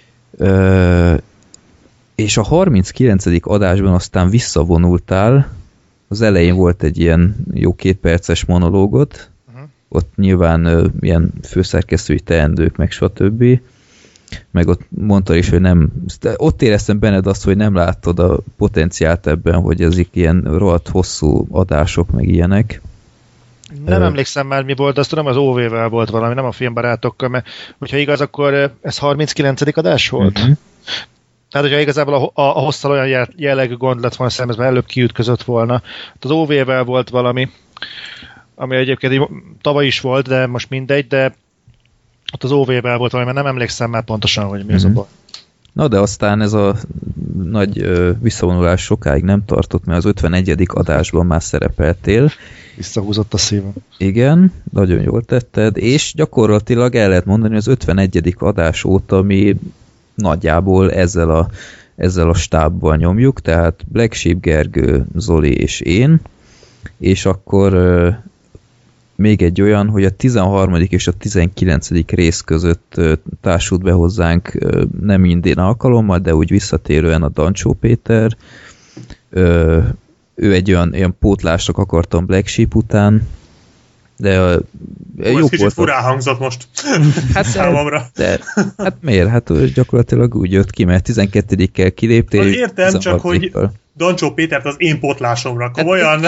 S4: Ö, és a harminckilencedik adásban aztán visszavonultál, az elején volt egy ilyen jó két perces monológod, uh-huh. ott nyilván ö, ilyen főszerkesztői teendők, meg stb. Meg ott mondta is, hogy nem, ott éreztem benned azt, hogy nem láttad a potenciált ebben, hogy ezek ilyen rohadt hosszú adások, meg ilyenek.
S5: Nem emlékszem már, mi volt, azt tudom, az ó vé-vel volt valami, nem a filmbarátokkal, mert hogyha igaz, akkor ez harminckilencedik adás volt? Uh-huh. Tehát, hogyha igazából a, a, a hosszal olyan jellegű gond lett volna szemben, előbb kiütközött volna. Az ó vé-vel volt valami, ami egyébként tavaly is volt, de most mindegy, de ott az ó vé-vel volt valami, mert nem emlékszem már pontosan, hogy mi uh-huh. az a baj.
S4: Na, de aztán ez a nagy ö, visszavonulás sokáig nem tartott, mert az ötvenegyedik adásban már szerepeltél.
S5: Visszahúzott a szívem.
S4: Igen, nagyon jól tetted, és gyakorlatilag el lehet mondani, hogy az ötvenegyedik adás óta mi nagyjából ezzel a ezzel a stábbal nyomjuk, tehát Black Sheep, Gergő, Zoli és én, és akkor uh, még egy olyan, hogy a tizenharmadik és a tizenkilencedik rész között uh, társult be hozzánk uh, nem minden alkalommal, de úgy visszatérően a Dancsó Péter. Uh, ő egy olyan, olyan pótlásnak akartam Black Sheep után, de uh,
S2: jó volt. Kicsit furán hangzott most hát számomra.
S4: De, hát miért? Hát gyakorlatilag úgy jött ki, mert tizenkettedikkel kiléptél.
S2: Az értem, csak hogy Dancsó Pétert az én pótlásomra. Komolyan.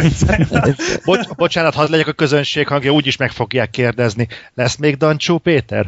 S5: Bocs, bocsánat, hadd legyek a közönség hangja, úgyis meg fogják kérdezni. Lesz még Dancsó Péter?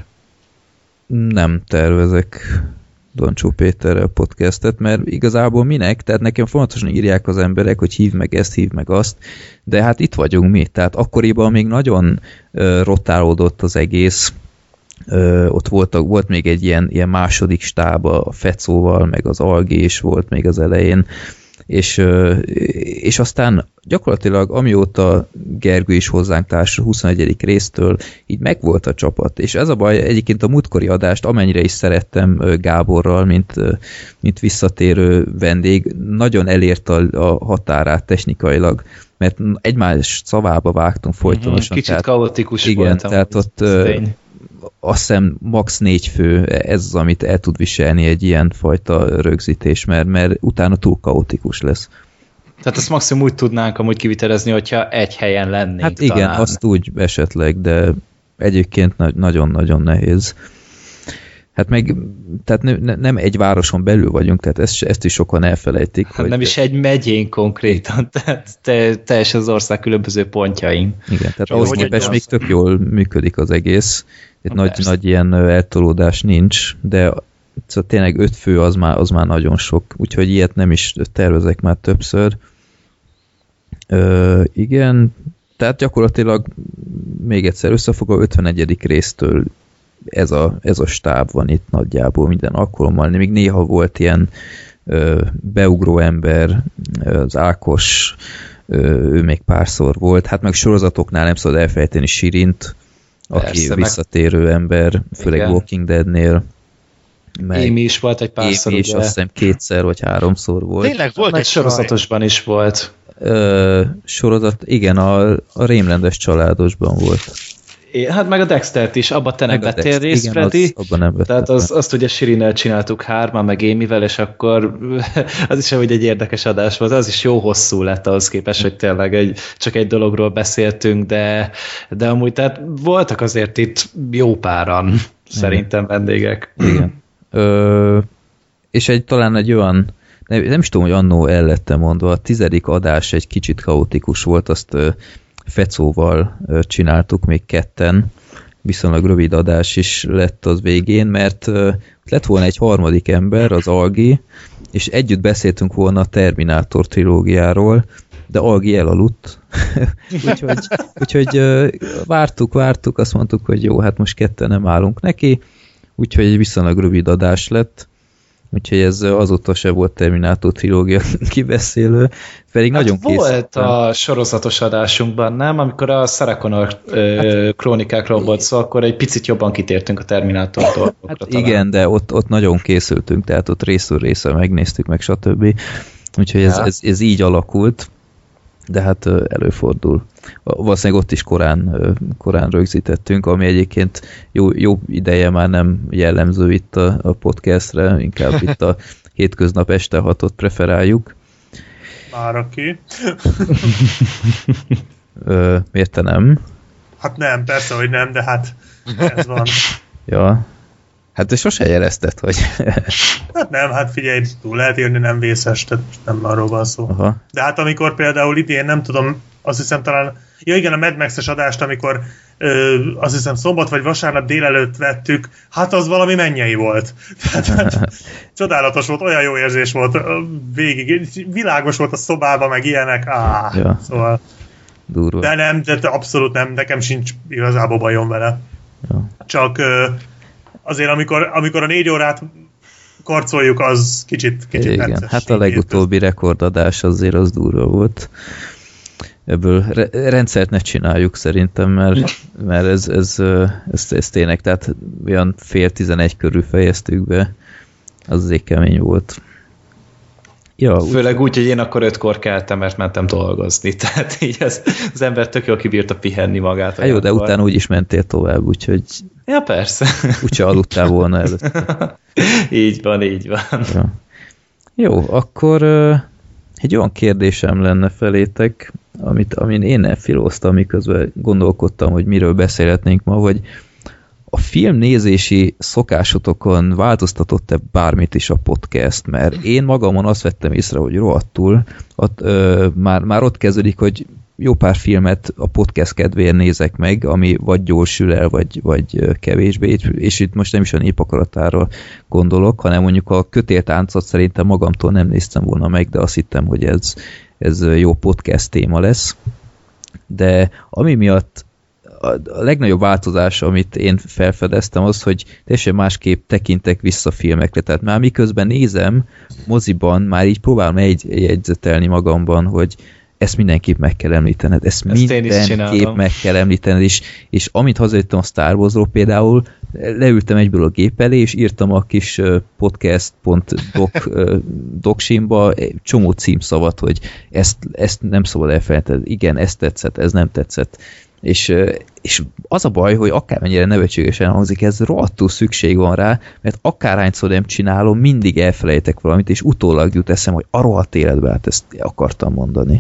S4: Nem tervezek Dancsó Péterrel a podcastet, mert igazából minek? Tehát nekem fontosan írják az emberek, hogy hív meg ezt, hív meg azt, de hát itt vagyunk mi. Tehát akkoriban még nagyon uh, rotálódott az egész. Uh, ott voltak, volt még egy ilyen, ilyen második stáb a Fecóval, meg az Algi is volt még az elején, és, uh, és aztán gyakorlatilag amióta Gergő is hozzánk társul huszonegyedik résztől, így megvolt a csapat, és ez a baj, egyébként a múltkori adást, amennyire is szerettem uh, Gáborral, mint, uh, mint visszatérő vendég, nagyon elért a, a határát technikailag, mert egymás szavába vágtunk folytonosan.
S6: Kicsit tehát, kaotikus
S4: igen,
S6: voltam.
S4: Tehát ott uh, azt hiszem max. négy fő, ez az, amit el tud viselni egy ilyen fajta rögzítés, mert, mert utána túl kaotikus lesz.
S6: Tehát azt maximum úgy tudnánk amúgy kivitelezni, hogyha egy helyen lennénk.
S4: Hát igen,
S6: talán.
S4: Azt úgy esetleg, de egyébként nagyon-nagyon nehéz. Hát meg, tehát ne, nem egy városon belül vagyunk, tehát ezt, ezt is sokan elfelejtik.
S6: Hát hogy nem is egy megyén konkrétan, tehát te, teljesen az ország különböző pontjain.
S4: Igen, tehát Csak ahhoz képest még tök jól működik az egész. Itt nagy, nagy ilyen eltolódás nincs, de szóval tényleg öt fő az már, az már nagyon sok, úgyhogy ilyet nem is tervezek már többször. Ö, igen, tehát gyakorlatilag még egyszer összefogva ötvenegyedik résztől ez a, ez a stáb van itt nagyjából minden alkalommal. Még néha volt ilyen ö, beugró ember, az Ákos, ö, ő még párszor volt, hát meg sorozatoknál nem szabad elfelejteni Sirint, aki Persze, visszatérő meg... ember, főleg igen. Walking Deadnél.
S6: Émi is volt egy párszor,
S4: Émi is azt hiszem kétszer vagy háromszor volt.
S5: Tényleg volt meg egy
S6: sorozatosban is volt.
S4: Ö, sorozat, igen, a, a Rémrendes családosban volt.
S6: É, hát meg a Dextert is, abban te nem vettél részt, Freddy.
S4: Az, abban nem vettem.
S6: Tehát az, azt ugye Sirinnel csináltuk hárman, meg Émivel, és akkor az is hogy egy érdekes adás volt, az is jó hosszú lett ahhoz képest, hogy tényleg egy, csak egy dologról beszéltünk, de, de amúgy tehát voltak azért itt jó páran, igen. Szerintem vendégek.
S4: Igen. Ö, és egy talán egy olyan, nem, nem is tudom, hogy annó el lettem mondva, a tizedik adás egy kicsit kaotikus volt, azt Fecóval csináltuk még ketten, viszonylag rövid adás is lett az végén, mert lett volna egy harmadik ember, az Algi, és együtt beszéltünk volna a Terminátor trilógiáról, de Algi elaludt. úgyhogy úgyhogy vártuk, vártuk, azt mondtuk, hogy jó, hát most ketten nem állunk neki, úgyhogy egy viszonylag rövid adás lett. Úgyhogy ez azóta se volt Terminátor trilógia kibeszélő, pedig hát nagyon
S6: volt
S4: készítem.
S6: A sorozatos adásunkban, nem? Amikor a Sarah Connor hát, krónikákról volt szó, akkor egy picit jobban kitértünk a Terminátortól.
S4: Hát igen, de ott, ott nagyon készültünk, tehát ott részről részre megnéztük, meg stb. Úgyhogy ez, ja. ez, ez így alakult, de hát előfordul. Valószínűleg ott is korán, korán rögzítettünk, ami egyébként jó, jó ideje már nem jellemző itt a, a podcastre, inkább itt a hétköznap este hatot preferáljuk.
S2: Már aki.
S4: Ö, miért te nem?
S2: Hát nem, persze, hogy nem, de hát ez van.
S4: Ja. Hát de sose jelezted, hogy...
S2: hát nem, hát figyelj, túl lehet írni, nem vészes, tehát nem arról van szó.
S4: Aha.
S2: De hát amikor például idén, nem tudom, azt hiszem talán, ja igen, a Mad Max-es adást, amikor ö, azt hiszem szombat vagy vasárnap délelőtt vettük, hát az valami mennyei volt. Tehát, hát, csodálatos volt, olyan jó érzés volt végig, világos volt a szobában, meg ilyenek, áh, ja. Szóval...
S4: Durva.
S2: De nem, de abszolút nem, nekem sincs igazából bajom vele. Ja. Csak ö, azért, amikor, amikor a négy órát karcoljuk, az kicsit, kicsit
S4: igen,
S2: necces.
S4: hát a legutóbbi rekordadás azért az durva volt. Ebből re- rendszert ne csináljuk szerintem, mert, mert ez, ez, ez, ez tényleg, tehát olyan fél tizenegy körül fejeztük be, az azért kemény volt. Ja,
S6: Főleg úgy, hogy én akkor ötkor keltem, mert mentem dolgozni. Tehát így az, az ember tök jól kibírta pihenni magát.
S4: Hát jó, de utána úgy is mentél tovább, úgyhogy...
S6: Ja, persze.
S4: Úgyse aludtál volna előtt.
S6: Így van, így van.
S4: Ja. Jó, akkor uh, egy olyan kérdésem lenne felétek, amit, amin én elfilóztam, miközben gondolkodtam, hogy miről beszélhetnénk ma, hogy a filmnézési szokásotokon változtatott-e bármit is a podcast? Mert én magamon azt vettem észre, hogy rohadtul, ott, ö, már, már ott kezdődik, hogy jó pár filmet a podcast kedvéért nézek meg, ami vagy gyorsul el, vagy, vagy kevésbé, és itt most nem is a népakaratáról gondolok, hanem mondjuk a kötéltáncot szerintem magamtól nem néztem volna meg, de azt hittem, hogy ez, ez jó podcast téma lesz. De ami miatt a legnagyobb változás, amit én felfedeztem, az, hogy teljesen másképp tekintek vissza filmekre. Tehát már miközben nézem moziban, már így próbálom egy jegyzetelni magamban, hogy ezt mindenképp meg kell említened, ezt, ezt mindenképp meg kell említened, és, és amint hazajöttem a Star Warsról például, leültem egyből a gép elé, és írtam a kis podcast pont docsimba egy csomó címszavat, hogy ezt, ezt nem szabad elfelejteni, igen, ezt tetszett, ez nem tetszett. És, és az a baj, hogy akármennyire nevetségesen hangzik, ez rohadtul szükség van rá, mert akárhányszor nem csinálom, mindig elfelejtek valamit, és utólag jut eszem, hogy a rohadt életbe, hát ezt akartam mondani.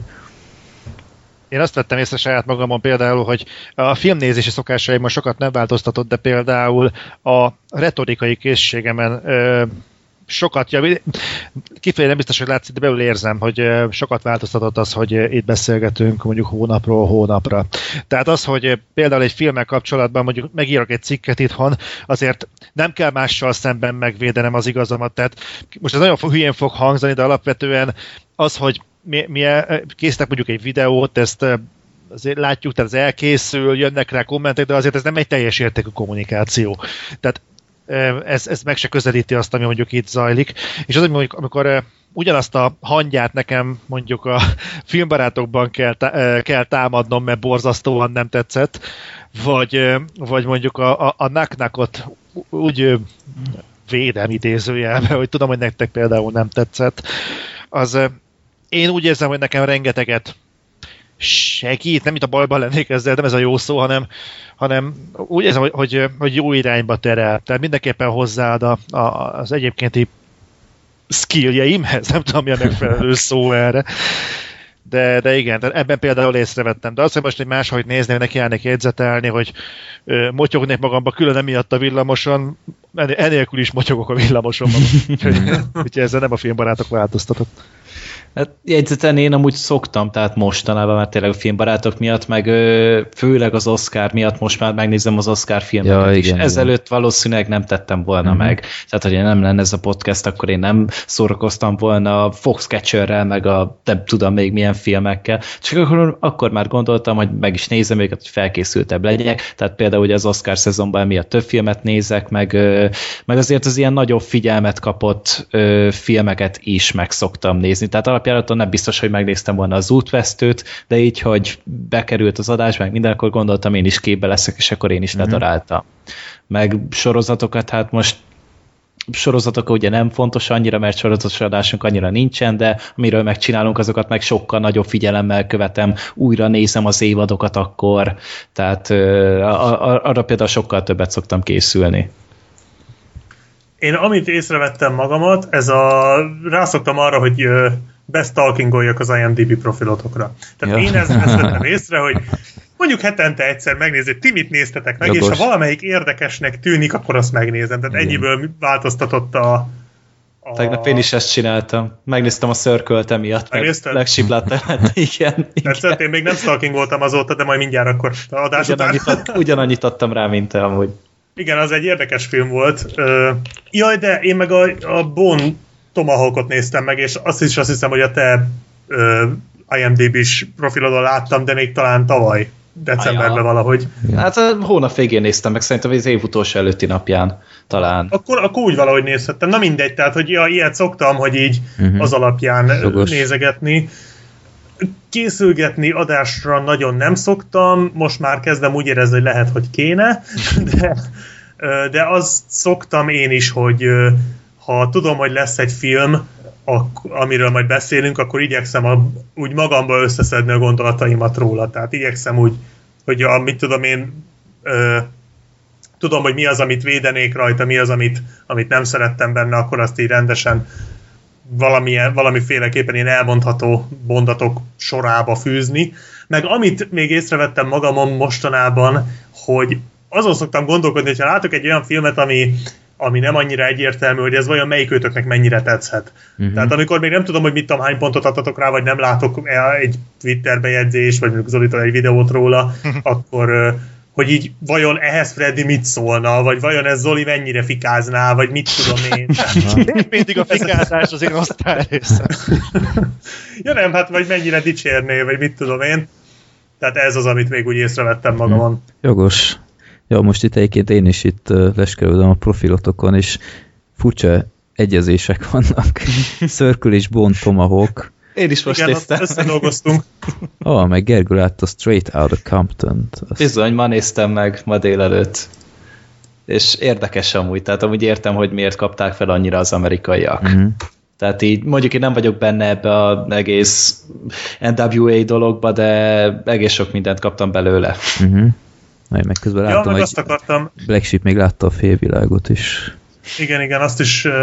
S5: Én azt vettem észre saját magamon például, hogy a filmnézési szokásaimon sokat nem változtatott, de például a retorikai készségemen ö, sokat javít. Kifejezetten nem biztos, hogy látszik, de belül érzem, hogy sokat változtatott az, hogy itt beszélgetünk mondjuk hónapról hónapra. Tehát az, hogy például egy filmmel kapcsolatban mondjuk megírok egy cikket itthon, azért nem kell mással szemben megvédenem az igazamat. Tehát most ez nagyon hülyén fog hangzani, de alapvetően az, hogy mi, mi készítek mondjuk egy videót, ezt azért látjuk, tehát ez elkészül, jönnek rá kommentek, de azért ez nem egy teljes értékű kommunikáció. Tehát Ez, ez meg se közelíti azt, ami mondjuk itt zajlik. És az, hogy mondjuk, amikor ugyanazt a hangyát nekem mondjuk a filmbarátokban kell, tá- kell támadnom, mert borzasztóan nem tetszett, vagy, vagy mondjuk a, a, a nak-nakot úgy védem idézőjelbe, hogy tudom, hogy nektek például nem tetszett, az én úgy érzem, hogy nekem rengeteget segít, nem itt a bajban lennék ezzel, nem ez a jó szó, hanem, hanem úgy érzem, hogy, hogy, hogy jó irányba terel. Tehát mindenképpen hozzáad a, a, az egyébkénti skilljeimhez, nem tudom, mi a megfelelő szó erre. De, de igen, tehát ebben például észrevettem. De azt, hogy most egy máshogy nézni, hogy neki állnék jegyzetelni, hogy ö, motyognék magamba külön emiatt a villamoson, enélkül is motyogok a villamoson magam. Úgyhogy ezzel nem a filmbarátok változtatott.
S6: Hát jegyzeten én amúgy szoktam, tehát mostanában már tényleg a filmbarátok miatt, meg főleg az Oscar miatt most már megnézem az Oscar filmeket ja, is. Igen, ezelőtt igen. Valószínűleg nem tettem volna uh-huh. meg. Tehát, hogy nem lenne ez a podcast, akkor én nem szórakoztam volna a Foxcatcherrel, meg a nem tudom még milyen filmekkel. Csak akkor, akkor már gondoltam, hogy meg is nézem őket, hogy felkészültebb legyek. Tehát például ugye az Oscar szezonban miatt több filmet nézek, meg, meg azért az ilyen nagyobb figyelmet kapott filmeket is meg szoktam nézni. Tehát alapjáraton nem biztos, hogy megnéztem volna az Útvesztőt, de így, hogy bekerült az adás, meg minden, akkor gondoltam, én is képbe leszek, és akkor én is mm-hmm. ledaráltam. Meg sorozatokat, hát most sorozatok ugye nem fontos annyira, mert sorozatos adásunk annyira nincsen, de amiről megcsinálunk, azokat meg sokkal nagyobb figyelemmel követem, újra nézem az évadokat akkor, tehát arra például sokkal többet szoktam készülni.
S2: Én amit észrevettem magamat, ez a rászoktam arra, hogy bestalkingoljak az IMDb profilotokra. Tehát ja. én ezt, ezt vettem észre, hogy mondjuk hetente egyszer megnézni, ti mit néztetek meg, Jogos. És ha valamelyik érdekesnek tűnik, akkor azt megnézem. Tehát igen. ennyiből változtatott a, a...
S6: Tegnap én is ezt csináltam. Megnéztem a Circle-t emiatt.
S2: Megnézted?
S6: Megsibláttam. igen.
S2: Tetszett, én még nem stalkingoltam azóta, de majd mindjárt akkor a adás
S6: ugyanannyit, után. Ad, ugyanannyit adtam rá, mint te amúgy.
S2: Igen, az egy érdekes film volt. Jaj, de én meg a, a Bone Tomahawkot néztem meg, és azt is azt hiszem, hogy a te IMDb-s profilodon láttam, de még talán tavaly, decemberben valahogy.
S6: Hát a hónap végén néztem meg, szerintem az év utolsó előtti napján talán.
S2: Akkor, akkor úgy valahogy nézhettem. Na mindegy, tehát hogy ja, ilyet szoktam, hogy így uh-huh. az alapján Jogos. nézegetni. Készülgetni adásra nagyon nem szoktam, most már kezdem úgy érezni, hogy lehet, hogy kéne, de, de azt szoktam én is, hogy ha tudom, hogy lesz egy film, ak- amiről majd beszélünk, akkor igyekszem a, úgy magamba összeszedni a gondolataimat róla. Tehát igyekszem úgy, hogy a, mit tudom én, ö, tudom, hogy mi az, amit védenék rajta, mi az, amit, amit nem szerettem benne, akkor azt így rendesen valamilyen, valamiféleképpen én elmondható mondatok sorába fűzni. Meg amit még észrevettem magamon mostanában, hogy azon szoktam gondolkodni, hogyha látok egy olyan filmet, ami, ami nem annyira egyértelmű, hogy ez vajon melyikőtöknek mennyire tetszhet. Uh-huh. Tehát amikor még nem tudom, hogy mit tudom, hány pontot adtatok rá, vagy nem látok egy Twitter bejegyzés, vagy mondjuk Zolitól egy videót róla, uh-huh. akkor hogy így vajon ehhez Freddy mit szólna, vagy vajon ez Zoli mennyire fikázná, vagy mit tudom én.
S5: Még mindig a fikázás az én osztályrészem.
S2: Ja nem, hát vagy mennyire dicsérné, vagy mit tudom én. Tehát ez az, amit még úgy észrevettem magamon. Hmm.
S4: Jogos. Ja, most itt egyébként én is itt leskerülöm a profilotokon, és furcsa egyezések vannak. Circle és Bone Tomahawk.
S6: Én is most
S2: igen,
S6: néztem.
S2: összedolgoztunk.
S4: Ah, meg Gergő látta Straight Outta Compton-t.
S6: Azt... Bizony, ma néztem meg, ma délelőtt. És érdekes amúgy, tehát amúgy értem, hogy miért kapták fel annyira az amerikaiak. Uh-huh. Tehát így, mondjuk én nem vagyok benne ebbe az egész en dupla vé á dologba, de egész sok mindent kaptam belőle.
S4: Uh-huh. Na, én meg közben
S2: ja,
S4: láttam,
S2: meg
S4: hogy
S2: azt akartam.
S4: Black Sheep még látta a félvilágot is.
S2: Igen, igen, azt is uh,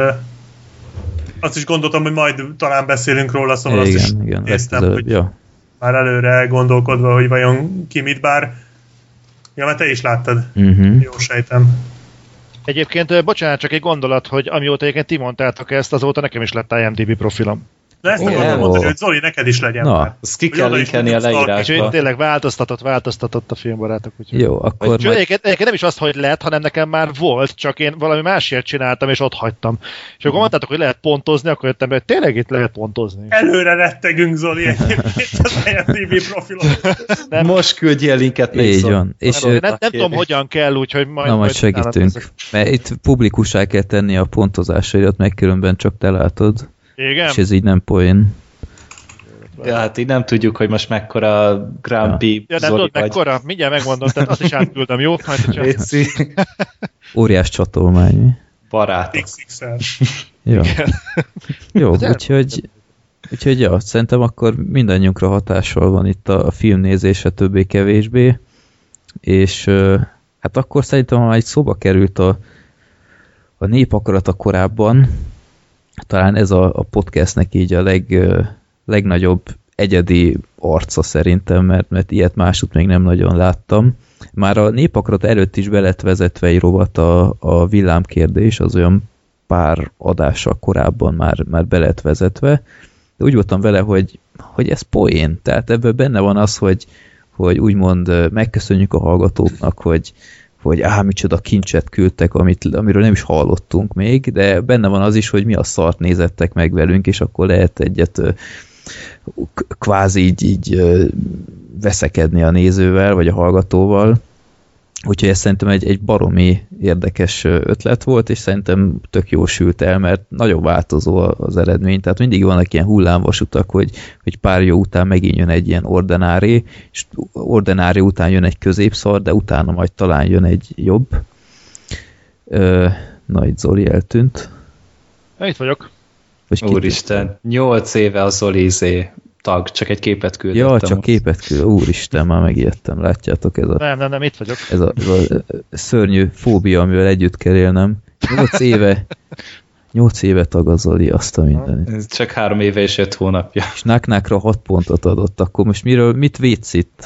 S2: azt is gondoltam, hogy majd talán beszélünk róla, szóval
S4: igen,
S2: azt is
S4: igen,
S2: néztem, hogy
S4: ja.
S2: már előre gondolkodva, hogy vajon ki mit, bár ja, mert te is láttad.
S4: Uh-huh.
S2: Jó sejtem.
S5: Egyébként, bocsánat, csak egy gondolat, hogy amióta egyébként ti mondtátok ezt, azóta nekem is lett i em dé bé profilom.
S2: De ezt
S6: oh,
S2: akartam mondani, hogy Zoli, neked is legyen
S4: na,
S2: már.
S6: Azt ki kell linkelni a leírásba.
S5: És tényleg változtatott, változtatott a filmbarátok. Úgyhogy.
S4: Jó, akkor...
S5: Majd... Egyébként, egyébként nem is az, hogy lett, hanem nekem már volt, csak én valami másért csináltam, és ott hagytam. És akkor mondtátok, hogy lehet pontozni, akkor jöttem be, hogy tényleg itt lehet pontozni.
S2: Előre rettegünk, Zoli, egyébként az i em dé bé profilon.
S6: Nem. Most küldjél linket még.
S4: Így van. És
S5: nem, ő... nem, nem tudom, hogyan kell, úgyhogy majd...
S4: Na, majd segítünk. Mert itt publikussá kell tenni a pontozásaidat, meg különben csak te látod.
S5: Igen?
S4: És ez így nem poén.
S6: Ja, hát így nem tudjuk, hogy most mekkora Grumpy
S5: ja, nem tudod, mekkora? Mindjárt megmondom, tehát azt is átküldöm, jó?
S6: Léci.
S4: Óriás csatolmány, mi?
S6: Barátok.
S2: iksz iksz el.
S4: Jó, jó úgyhogy, úgyhogy ja, szerintem akkor mindannyiunkra hatással van itt a filmnézése többé-kevésbé, és hát akkor szerintem, ha már egy szóba került a, a népakarata korábban, talán ez a, a podcastnek így a leg... legnagyobb egyedi arca szerintem, mert, mert ilyet másút még nem nagyon láttam. Már a népakarat előtt is be lett vezetve egy rovat a, a villámkérdés, az olyan pár adással korábban már, már be lett vezetve, de úgy voltam vele, hogy, hogy ez poén, tehát ebből benne van az, hogy, hogy úgymond megköszönjük a hallgatóknak, hogy, hogy á, micsoda kincset küldtek, amit, amiről nem is hallottunk még, de benne van az is, hogy mi a szart nézettek meg velünk, és akkor lehet egyet kvázi így, így veszekedni a nézővel, vagy a hallgatóval. Úgyhogy ez szerintem egy, egy baromi érdekes ötlet volt, és szerintem tök jó sült el, mert nagyon változó az eredmény. Tehát mindig vannak ilyen hullámvasutak, hogy, hogy pár jó után megint jön egy ilyen ordinári, és ordinári után jön egy középszar, de utána majd talán jön egy jobb. Ö, na, itt Zoli eltűnt.
S5: Itt vagyok.
S6: Úristen, nyolc éve a Zoli izé tag, csak egy képet küldöttem.
S4: Ja, csak képet küldöttem. Úristen, már megijedtem, látjátok? Ez a,
S5: nem, nem, nem, itt vagyok.
S4: Ez a, ez a szörnyű fóbia, amivel együtt kell élnem. Nyolc éve, nyolc éve tag a Zoli, azt a mindenit.
S6: Csak három éve és öt hónapja.
S4: És Náknákra hat pontot adott, akkor most miről, mit védsz itt?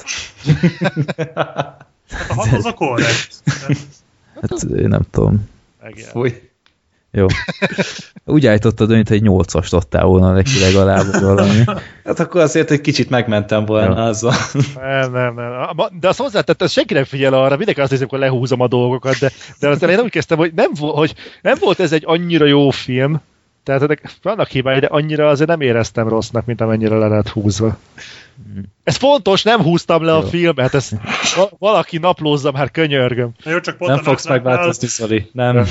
S2: Hát a hat az a korrekt.
S4: Hát én nem tudom.
S6: Fúj.
S4: Jó. Úgy állítottad, mint egy nyolcast adtál volna neki legalább valami.
S6: Hát akkor azért egy kicsit megmentem volna ja. azzal.
S5: Nem, nem, nem. De azt hozzátett, ez senki nem figyel arra, mindenki azt hiszem, hogy lehúzom a dolgokat, de, de aztán én úgy kezdtem, hogy nem, hogy nem volt ez egy annyira jó film, tehát ennek vannak hibái, de annyira azért nem éreztem rossznak, mint amennyire le lehet húzva. Ez fontos, nem húztam le jó. a filmet, ezt valaki naplózza, már könyörgöm.
S2: Jó, csak
S6: nem fogsz megváltozni, Zoli. Nem. nem.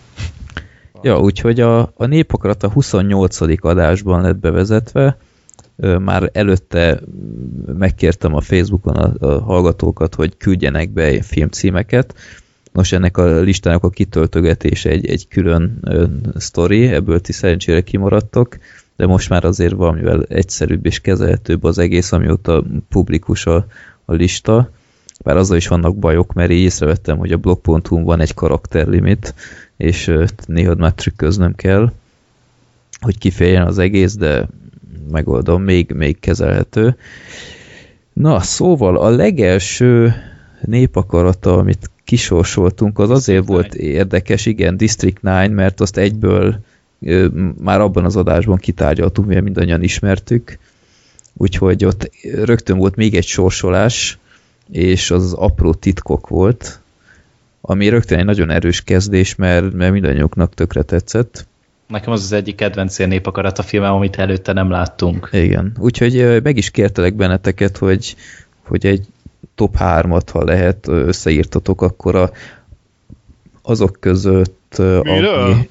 S4: Ja, úgyhogy a, a népakarat a huszonnyolcadik adásban lett bevezetve, már előtte megkértem a Facebookon a, a hallgatókat, hogy küldjenek be filmcímeket. Nos, ennek a listának a kitöltögetése egy, egy külön ö, sztori, ebből ti szerencsére kimaradtok, de most már azért valamivel egyszerűbb és kezelhetőbb az egész, amióta publikus a, a lista. Bár azzal is vannak bajok, mert így észrevettem, hogy a blog pont hu-n van egy karakterlimit, és néha már trükköznöm kell, hogy kifejjen az egész, de megoldom, még, még kezelhető. Na, szóval a legelső népakarata, amit kisorsoltunk, az azért volt érdekes, igen, District kilenc, mert azt egyből ö, már abban az adásban kitárgyaltunk, mert mindannyian ismertük, úgyhogy ott rögtön volt még egy sorsolás, és az apró titkok volt, ami rögtön egy nagyon erős kezdés, mert, mert mindannyiunknak tökre tetszett.
S6: Nekem az az egyik kedvenc népakarat a filmem, amit előtte nem láttunk.
S4: Igen, úgyhogy meg is kértelek benneteket, hogy, hogy egy top hármat, ha lehet, összeírtatok, akkor a, azok között,
S5: Miről?
S4: ami...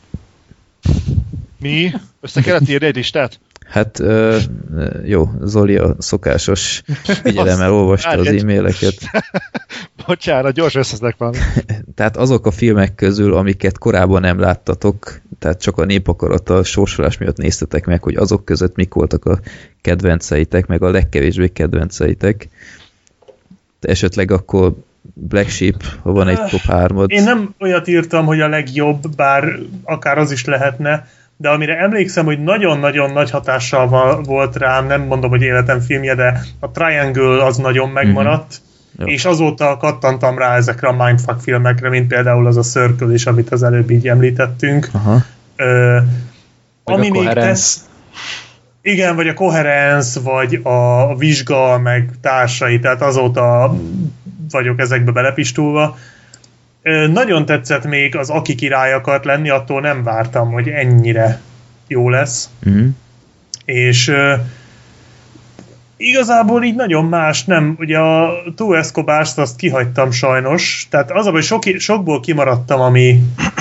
S5: Mi? Össze kellett írni egy listát?
S4: Hát jó, Zoli a szokásos figyelemmel olvasta az e-maileket.
S5: Bocsánat, gyors összeszedek van.
S4: Tehát azok a filmek közül, amiket korábban nem láttatok, tehát csak a népakarat, a sorsolás miatt néztetek meg, hogy azok között mik voltak a kedvenceitek, meg a legkevésbé kedvenceitek. De esetleg akkor Black Sheep, ha van egy top hármad.
S2: Én nem olyat írtam, hogy a legjobb, bár akár az is lehetne, de amire emlékszem, hogy nagyon-nagyon nagy hatással volt rám, nem mondom, hogy életem filmje, de a Triangle az nagyon megmaradt, mm-hmm. és azóta kattantam rá ezekre a mindfuck filmekre, mint például az a Circle is, amit az előbb így említettünk.
S4: Aha.
S2: Ö, ami
S6: a
S2: még tesz, igen, vagy a Coherence, vagy a Vizsga, meg társai, tehát azóta vagyok ezekbe belepistulva. Nagyon tetszett még az Aki király akart lenni, attól nem vártam, hogy ennyire jó lesz.
S4: Mm.
S2: És uh, igazából így nagyon más nem. Ugye a Two Escobars-t azt kihagytam sajnos, tehát az, hogy sok, sokból kimaradtam, ami,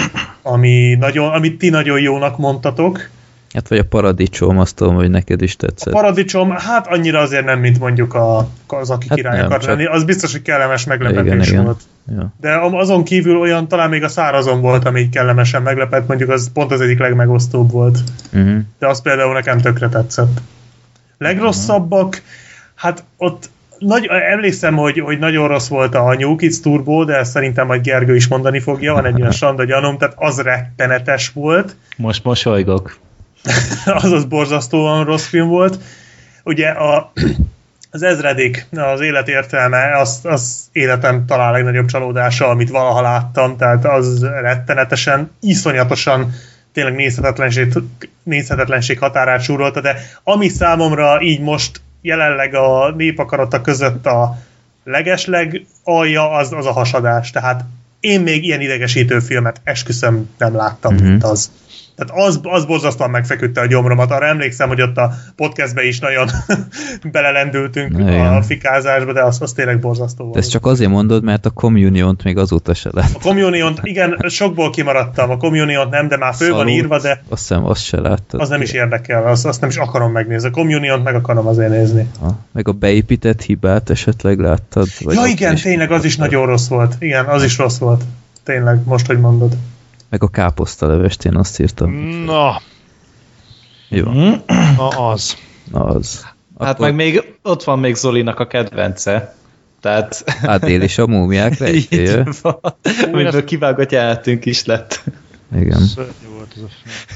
S2: ami nagyon, amit ti nagyon jónak mondtatok.
S4: Hát vagy a Paradicsom, azt tudom, hogy neked is tetszett.
S2: A Paradicsom, hát annyira azért nem, mint mondjuk a, az Aki hát király akar lenni. Az biztos, hogy kellemes meglepetés igen, volt.
S4: Igen. Ja.
S2: De azon kívül olyan, talán még a Szárazon volt, ami kellemesen meglepett, mondjuk az pont az egyik legmegosztóbb volt.
S4: Uh-huh.
S2: De az például nekem tökre tetszett. Legrosszabbak, hát ott nagy, emlékszem, hogy, hogy nagyon rossz volt a New Kids Turbo, de ezt szerintem majd Gergő is mondani fogja, van egy ilyen sanda gyanúm, tehát az rettenetes volt.
S6: Most mosolygok.
S2: az az borzasztóan rossz film volt. Ugye a, az ezredik, az élet értelme, az, az életem talán legnagyobb csalódása, amit valaha láttam, tehát az rettenetesen, iszonyatosan tényleg nézhetetlenség, nézhetetlenség határát súrolta, de ami számomra így most jelenleg a népakarata között a legesleg alja, az, az a Hasadás. Tehát én még ilyen idegesítő filmet esküszöm nem láttam, mm-hmm. mint az. Tehát az, az borzasztóan megfeküdte a gyomromat. Arra emlékszem, hogy ott a podcastbe is nagyon belelendültünk igen. a fikázásba, de az, az tényleg borzasztó volt.
S4: De ezt csak azért mondod, mert a Communion-t még azóta se láttam.
S2: A Communion-t, igen, sokból kimaradtam. A Communion-t nem, de már fő Szalút, van írva, de
S4: azt hiszem, azt se láttad.
S2: Az nem is érdekel, azt, azt nem is akarom megnézni. A Communion-t meg akarom azért nézni.
S4: Ha. Meg a beépített hibát esetleg láttad?
S2: Vagy ja igen, tényleg az is nagyon rossz volt. Igen, az is rossz volt. Tényleg, most, hogy mondod.
S4: Meg a káposztalevest, én azt írtam.
S5: Na.
S4: Jó.
S5: Na az.
S4: Na az.
S6: Hát akkor... meg még ott van még Zolinak a kedvence. Tehát...
S4: Adél és a múmiák rejtélye.
S6: Amiből kivágott jelenetünk is lett.
S4: Igen.
S5: Volt az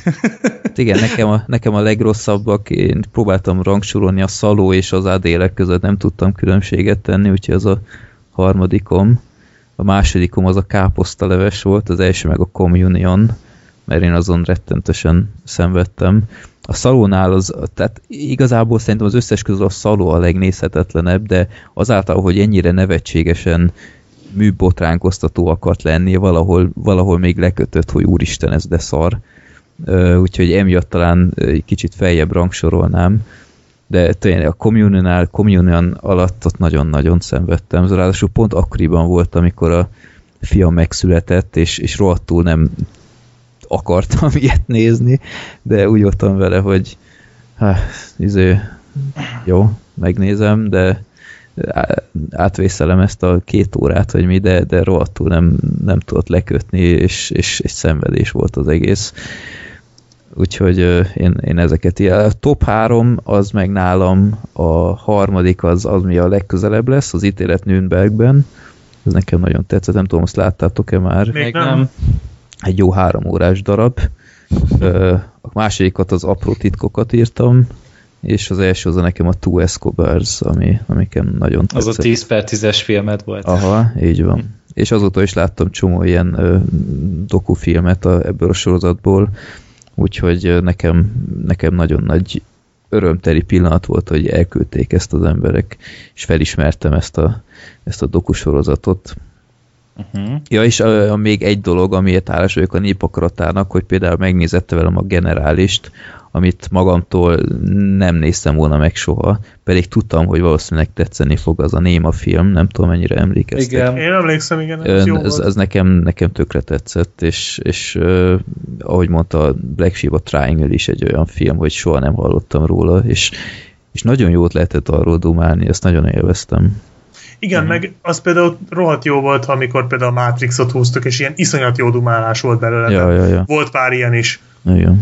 S5: a
S4: igen, nekem a, nekem a legrosszabbak, én próbáltam rangsorolni a Szaló és az Adélek között, nem tudtam különbséget tenni, úgyhogy az a harmadikom. A másodikom az a káposztaleves volt, az első meg a Communion, mert én azon rettentesen szenvedtem. A Szalónál az, tehát igazából szerintem az összes közül a Szaló a legnézhetetlenebb, de azáltal, hogy ennyire nevetségesen műbotránkoztató akart lenni, valahol, valahol még lekötött, hogy úristen, ez de szar. Úgyhogy emiatt talán egy kicsit feljebb rangsorolnám. De tényleg a Communion-nál, Communion alatt ott nagyon-nagyon szenvedtem. Ráadásul pont akkoriban volt, amikor a fiam megszületett, és, és rohadtul nem akartam ilyet nézni, de úgy voltam vele, hogy hát, izé, jó, megnézem, de átvészelem ezt a két órát, vagy mi, de, de rohadtul nem, nem tudott lekötni, és, és egy szenvedés volt az egész. úgyhogy uh, én, én ezeket ilyen. A top három az meg nálam, a harmadik az, az mi a legközelebb lesz, az ítélet Nürnbergben. Ez nekem nagyon tetszett, nem tudom, azt láttátok-e már?
S2: Még nem.
S4: Egy jó három órás darab. Uh, a másodikat az apró titkokat írtam, és az első az a nekem a Two Escobars, ami, amikem nagyon tetszett.
S6: Az a tíz per tízes filmet volt.
S4: Aha, így van. És azóta is láttam csomó ilyen ö, dokufilmet a, ebből a sorozatból, úgyhogy nekem, nekem nagyon nagy örömteli pillanat volt, hogy elküldték ezt az emberek, és felismertem ezt a, ezt a dokusorozatot. Uh-huh. Ja, és a, a még egy dolog, amiért hálás vagyok a Népakaratának, hogy például megnézette velem a Generálist, amit magamtól nem néztem volna meg soha, pedig tudtam, hogy valószínűleg tetszeni fog az a Néma film, nem tudom, mennyire emlékeztek.
S2: Igen. Én emlékszem, igen, ez jó
S4: ez,
S2: volt.
S4: ez nekem, nekem tökre tetszett, és, és uh, ahogy mondta, Black Sheep a Triangle is egy olyan film, hogy soha nem hallottam róla, és, és nagyon jót lehetett arról dumálni, ezt nagyon élveztem.
S2: Igen, uh-huh. meg az például rohadt jó volt, amikor például a Matrixot húztuk, és ilyen iszonyat jó dumálás volt belőle.
S4: Ja, ja, ja.
S2: Volt pár ilyen is.
S4: Igen.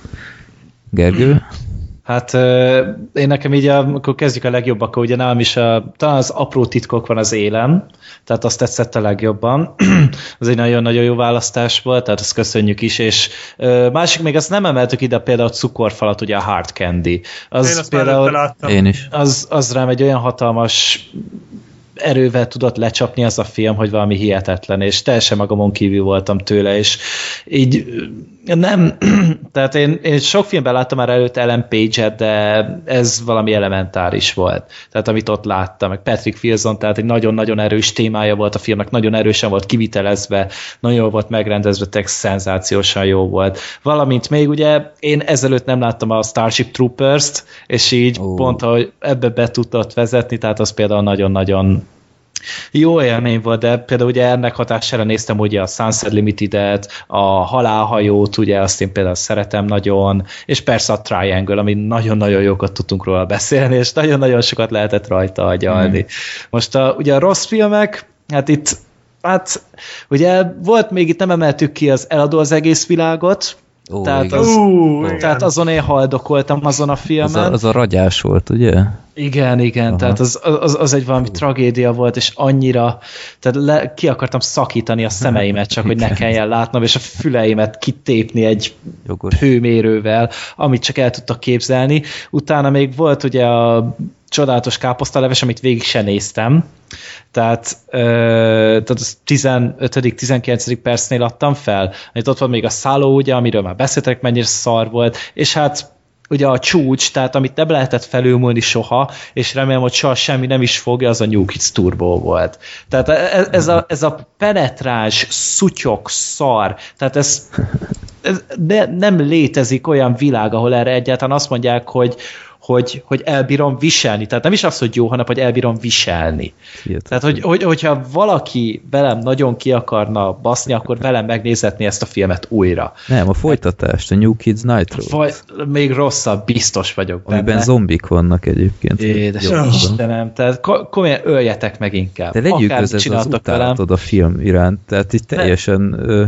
S4: Gergő?
S6: Hát én nekem így, amikor kezdjük a legjobb, akkor ugye nálam is a, talán az apró titkok van az élen, tehát azt tetszett a legjobban. Az egy nagyon-nagyon jó választás volt, tehát azt köszönjük is, és másik még azt nem emeltük ide, például a cukorfalat, ugye a Hard Candy. Az
S2: én azt
S6: például,
S2: már láttam.
S4: Én is.
S6: Az, az rám egy olyan hatalmas erővel tudott lecsapni az a film, hogy valami hihetetlen, és teljesen magamon kívül voltam tőle, és így nem, tehát én, én sok filmben láttam már előtt Ellen Page-et, de ez valami elementáris volt. Tehát amit ott láttam, meg Patrick Wilson, tehát egy nagyon-nagyon erős témája volt a filmnek, nagyon erősen volt kivitelezve, nagyon jól volt megrendezve, text szenzációsan jó volt. Valamint még ugye én ezelőtt nem láttam a Starship Troopers-t, és így oh. pont, hogy ebbe be tudott vezetni, tehát az például nagyon-nagyon jó élmény volt, de például ugye ennek hatására néztem ugye a Sunset Limited-et, a Halálhajót, ugye azt én például szeretem nagyon, és persze a Triangle, ami nagyon-nagyon jókat tudtunk róla beszélni, és nagyon-nagyon sokat lehetett rajta agyalni. Mm. Most a, ugye a rossz filmek, hát itt, hát ugye volt még itt nem emeltük ki az Eladó az egész világot, Ó, tehát, az,
S2: uh,
S6: tehát azon én haldokoltam azon a filmen.
S4: Az a, az a ragyás volt, ugye?
S6: Igen, igen, Aha. tehát az, az, az egy valami uh. tragédia volt, és annyira, tehát le, ki akartam szakítani a szemeimet csak, hogy ne kelljen látnom, és a füleimet kitépni egy Jogos. hőmérővel, amit csak el tudtak képzelni. Utána még volt ugye a csodálatos káposztaleves, amit végig se néztem, tehát, ö, tehát az tizenötödik tizenkilencedik percnél adtam fel, amit ott van még a Szálló, ugye, amiről már beszéltek, mennyire szar volt, és hát ugye a csúcs, tehát amit nem lehetett felülmúlni soha, és remélem, hogy soha semmi nem is fogja, az a New Kids Turbo volt. Tehát ez, ez, a, ez a penetráns, szutyok, szar, tehát ez, ez ne, nem létezik olyan világ, ahol erre egyáltalán azt mondják, hogy Hogy, hogy elbírom viselni. Tehát nem is az, hogy jó, hanem hogy elbírom viselni. Hihetetlen. Tehát, hogy, hogy, hogyha valaki velem nagyon ki akarna baszni, akkor velem megnézhetné ezt a filmet újra.
S4: Nem, a folytatást, a New Kids Nitro.
S6: Vagy még rosszabb, biztos vagyok benne.
S4: Amiben zombik vannak egyébként.
S6: Édes Istenem, tehát komolyan öljetek meg inkább.
S4: De legyük ez az utálatod a film iránt, tehát itt teljesen... Ö,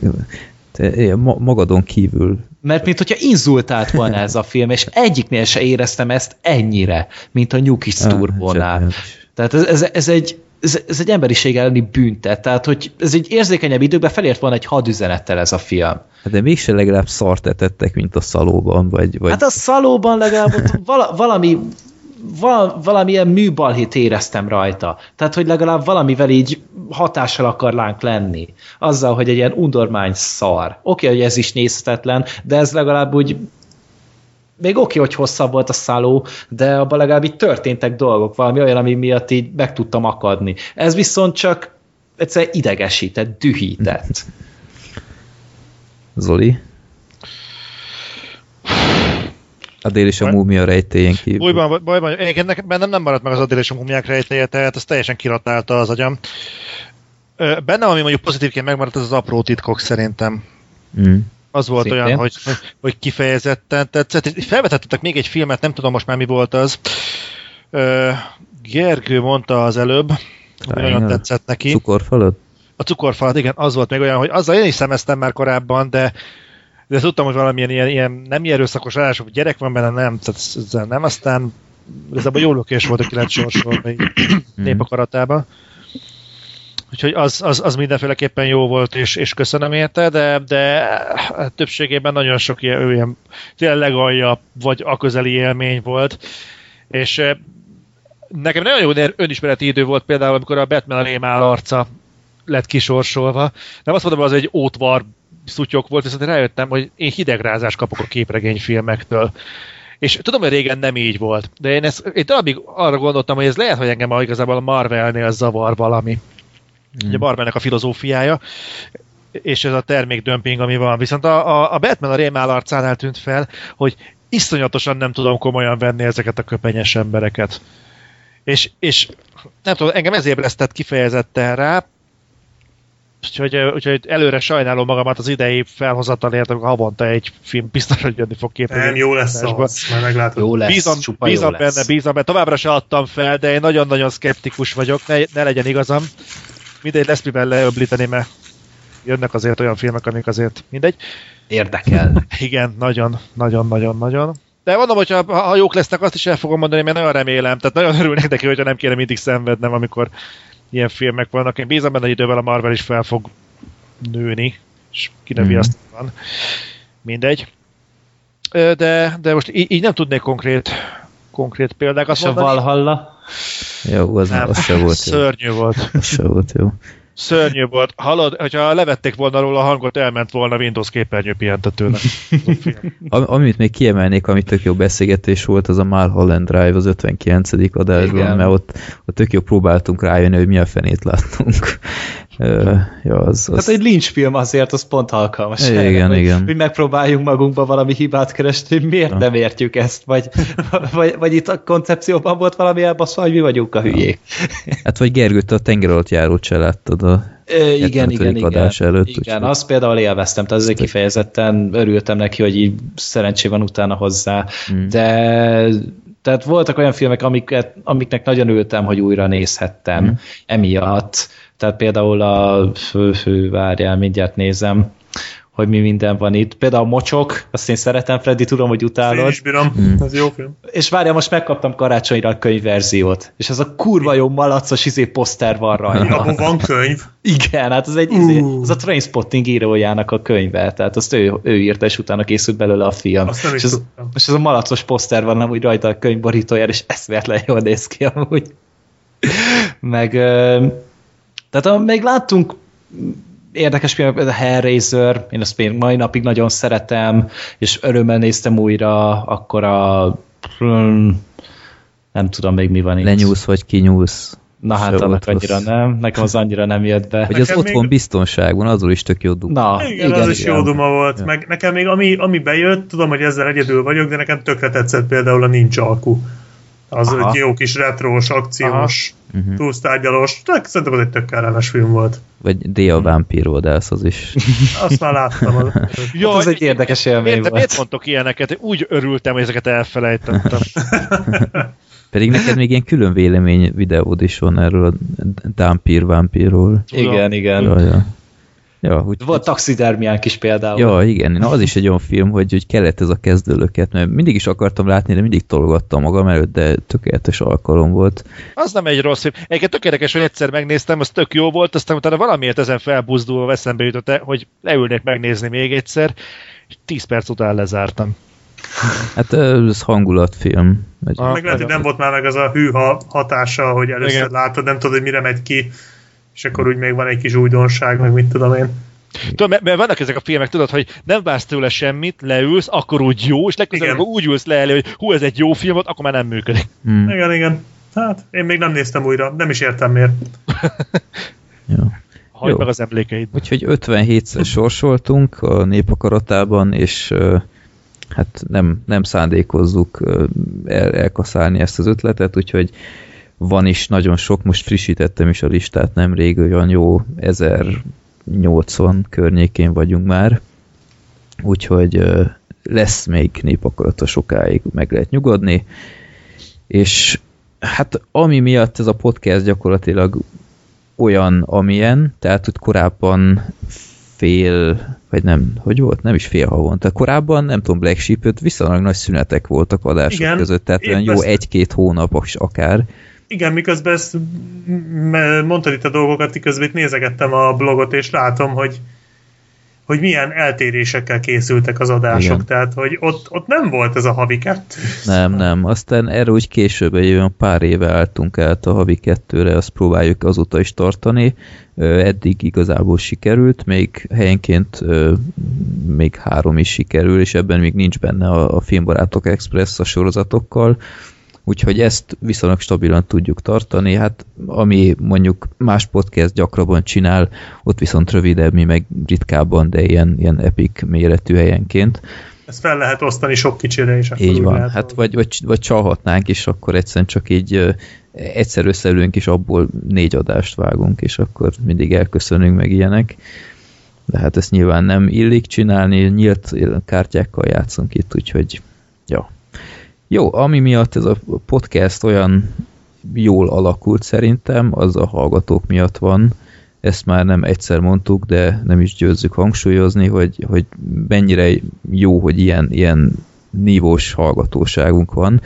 S4: magadon kívül.
S6: Mert mint hogyha inzultált volna ez a film, és egyiknél se éreztem ezt ennyire, mint a New Kids Turbónál. Tehát ez, ez, ez, egy, ez, ez egy emberiség elleni büntet, tehát hogy ez egy érzékenyebb időkben felért volna egy hadüzenettel ez a film.
S4: De mégse legalább szart etettek, mint a Szalóban, vagy... vagy...
S6: Hát a Szalóban legalább vala, valami Val- valamilyen műbalhét éreztem rajta. Tehát, hogy legalább valamivel így hatással akar ránk lenni. Azzal, hogy egy ilyen undormány szar. Oké, okay, hogy ez is nézhetetlen, de ez legalább úgy még oké, okay, hogy hosszabb volt a Szálló, de abban legalább így történtek dolgok, valami olyan, ami miatt így meg tudtam akadni. Ez viszont csak egyszerűen idegesített, dühített.
S4: Zoli? Adél és a múmia rejtélyén kívül.
S5: Újban, bajban, egyébként bennem nem maradt meg az Adél és a múmiák rejtélye, tehát ez teljesen kiratálta az agyam. Bennem, ami mondjuk pozitívként megmaradt, az az apró titkok szerintem. Mm. Az volt Szintén. olyan, hogy, hogy kifejezetten tetszett. Felvetettetek még egy filmet, nem tudom most már mi volt az. Gergő mondta az előbb, hogy nagyon tetszett neki.
S4: Cukorfalat?
S5: A cukorfalat, igen, az volt még olyan, hogy azzal én is szemeztem már korábban, de de tudtam, hogy valamilyen ilyen, ilyen nem ilyen erőszakos állás, hogy gyerek van benne, nem, tehát ezzel nem, aztán igazából jó lökés volt, aki lett sorsolva így népakaratában. Úgyhogy az, az, az mindenféleképpen jó volt, és, és köszönöm érte, de, de többségében nagyon sok ilyen, ilyen tényleg legalja, vagy a közeli élmény volt. És nekem nagyon jó önismereti idő volt például, amikor a Batman a rémál arca lett kisorsolva. Nem azt mondom, hogy az egy ótvar szutyok volt, viszont rájöttem, hogy én hidegrázást kapok a képregényfilmektől. És tudom, hogy régen nem így volt, de én, ezt, én talán arra gondoltam, hogy ez lehet, hogy engem igazából a Marvelnél zavar valami. Mm. Ugye Marvelnek a filozófiája, és ez a termékdömping, ami van. Viszont a, a, a Batman a rémál arcánál tűnt fel, hogy iszonyatosan nem tudom komolyan venni ezeket a köpenyes embereket. És, és nem tudom, engem ez ébresztett kifejezetten rá, úgyhogy, úgyhogy előre sajnálom magamat az idei felhozatalért, amikor havonta egy film biztos, hogy jönni fog képelni.
S2: Nem, jó lesz az, majd meglátod.
S6: Jó lesz,
S5: bízom,
S6: csupa
S5: bízom
S6: jó
S5: benne,
S6: lesz.
S5: bízom benne. Továbbra se adtam fel, de én nagyon-nagyon szkeptikus vagyok, ne, ne legyen igazam. Mindegy, lesz mivel leöblíteni, mert jönnek azért olyan filmek, amik azért mindegy.
S6: Érdekel.
S5: Igen, nagyon, nagyon, nagyon, nagyon. De mondom, hogy ha, ha jók lesznek, azt is el fogom mondani, mert nagyon remélem. Tehát nagyon örülnék neki, hogyha nem kéne mindig szenvednem, amikor ilyen filmek vannak. Én bízom benne, hogy idővel a Marvel is fel fog nőni, és kinevi mm-hmm. azt van. Mindegy. De, de most így, így nem tudnék konkrét, konkrét példákat
S6: és
S5: mondani.
S6: És a Valhalla?
S4: Jó, az,
S5: nem,
S4: az se volt jó.
S5: Szörnyű volt.
S4: Az se volt jó.
S5: Szörnyű volt. Hallod, hogyha levették volna róla a hangot, elment volna Windows képernyő pihentetőnek.
S4: Am, amit még kiemelnék, amit tök jó beszélgetés volt, az a Mulholland Drive az ötvenkilencedik adásban, igen. Mert ott, ott tök jó próbáltunk rájönni, hogy mi a fenét láttunk. Uh, ja, az, az...
S6: Tehát egy Lynch film azért, az pont alkalmas.
S4: Igen,
S6: erre, hogy,
S4: igen.
S6: hogy megpróbáljunk magunkba valami hibát keresni, hogy miért ja. nem értjük ezt, vagy, vagy, vagy itt a koncepcióban volt valami elbaszva, hogy mi vagyunk a hülyék.
S4: Ja. Hát vagy Gergő, te a tenger alatt járót se láttad a
S6: Ö, igen, igen,
S4: adás
S6: igen.
S4: előtt.
S6: Igen, úgy, azt például élveztem, tehát azért kifejezetten örültem neki, hogy így szerencsé van utána hozzá, hmm. de tehát voltak olyan filmek, amiket, amiknek nagyon örültem, hogy újra nézhettem hmm. emiatt. Tehát például a fő, fő várjál, mindjárt nézem, hogy mi minden van itt. Például a Mocsok, azt én szeretem, Freddy, tudom, hogy utálod.
S2: Én is bírom, hmm. ez jó film.
S6: És várjál, most megkaptam karácsonyra a könyvverziót, és az a kurva jó malacos izé poszter van rajta.
S2: Abban van könyv.
S6: Igen, hát az egy uh. izé, az a Trainspotting írójának a könyve, tehát azt ő, ő írta, és utána készült belőle a film.
S2: Azt nem is
S6: és, az, és az a malacos poszter van amúgy rajta a könyvborítójára, és eszméletlen jól néz ki amúgy. Meg... Tehát még láttunk érdekes filmek, a Hellraiser, én azt még mai napig nagyon szeretem, és örömmel néztem újra, akkor a... nem tudom még mi van itt.
S4: Lenyúlsz vagy kinyúlsz.
S6: Na hát annak annyira nem, nekem az annyira nem jött be.
S4: Hogy az otthon még... biztonságban, azról is tök jó duma.
S6: Na,
S2: igen, igen, az is igen. jó duma volt. Ja. Meg nekem még ami, ami bejött, tudom, hogy ezzel egyedül vagyok, de nekem tökre tetszett például a Nincs alkú. Az Aha. egy jó kis retrós, akciós, uh-huh. túlsztárgyalós. Szerintem az egy tök kellemes film volt.
S4: Vagy D a vámpírvadász, az is.
S2: Azt már láttam. Az,
S6: Jó, hát az egy érdekes élmény
S5: miért,
S6: volt.
S5: Miért mondtok ilyeneket? Úgy örültem, hogy ezeket elfelejtettem.
S4: Pedig neked még ilyen külön vélemény videód is van erről a Dampír-vámpírról.
S6: Igen, igen.
S4: Ja, ja. Ja, úgy,
S6: volt taxidermiánk is például.
S4: Ja, igen, na, az is egy olyan film, hogy, hogy kellett ez a kezdőlöket, mert mindig is akartam látni, de mindig tologattam magam előtt, de tökéletes alkalom volt.
S5: Az nem egy rossz film. Egyébként tök érdekes, hogy egyszer megnéztem, az tök jó volt, aztán utána valamiért ezen felbuzdulva eszembe jutott, hogy leülnék megnézni még egyszer, és tíz perc után lezártam.
S4: Hát ez hangulatfilm.
S2: Ah, meg lehet, hogy nem volt már meg az a hűha hatása, hogy először igen. látod, nem tudod, hogy mire megy ki, és akkor úgy még van egy kis újdonság, meg mit tudom én.
S5: Tudom, mert, mert vannak ezek a filmek, tudod, hogy nem vársz tőle semmit, leülsz, akkor úgy jó, és legközelebb, akkor úgy ülsz le elő, hogy hú, ez egy jó film, akkor már nem működik.
S2: Hmm. Igen, igen. Hát, én még nem néztem újra, nem is értem miért.
S4: Ja.
S5: Hagyd meg az emlékeid.
S4: Úgyhogy ötvenhétszer sorsoltunk a népakaratában, és hát nem, nem szándékozzuk el, elkaszálni ezt az ötletet, úgyhogy van is nagyon sok, most frissítettem is a listát nemrég, olyan jó ezernyolcvan környékén vagyunk már, úgyhogy lesz még népakarata sokáig, meg lehet nyugodni, és hát ami miatt ez a podcast gyakorlatilag olyan, amilyen, tehát hogy korábban fél, vagy nem, hogy volt? Nem is fél havonta. Korábban, nem tudom, Black Sheep-öt viszonylag nagy szünetek voltak adások Igen, között, tehát olyan jó egy-két hónap akár.
S2: Igen, miközben ezt mondtad itt a dolgokat, miközben itt nézegettem a blogot, és látom, hogy hogy milyen eltérésekkel készültek az adások, Igen. tehát hogy ott, ott nem volt ez a havi kettő.
S4: Nem, nem, aztán erre úgy később egy olyan pár éve álltunk át a havi kettőre, azt próbáljuk azóta is tartani. Eddig igazából sikerült, még helyenként még három is sikerül, és ebben még nincs benne a, a Filmbarátok Express a sorozatokkal, úgyhogy ezt viszonylag stabilan tudjuk tartani. Hát ami mondjuk más podcast gyakrabban csinál, ott viszont rövidebb, mi meg ritkábban, de ilyen, ilyen epic méretű helyenként.
S2: Ezt fel lehet osztani sok kicsire is.
S4: Így van, lehet, hát vagy, vagy, vagy csalhatnánk is, akkor egyszerűen csak így uh, egyszer összeülünk, és abból négy adást vágunk, és akkor mindig elköszönünk meg ilyenek. De hát ezt nyilván nem illik csinálni, nyílt kártyákkal játszunk itt, úgyhogy ja. Jó, ami miatt ez a podcast olyan jól alakult szerintem, az a hallgatók miatt van. Ezt már nem egyszer mondtuk, de nem is győzzük hangsúlyozni, hogy, hogy mennyire jó, hogy ilyen, ilyen nívós hallgatóságunk van.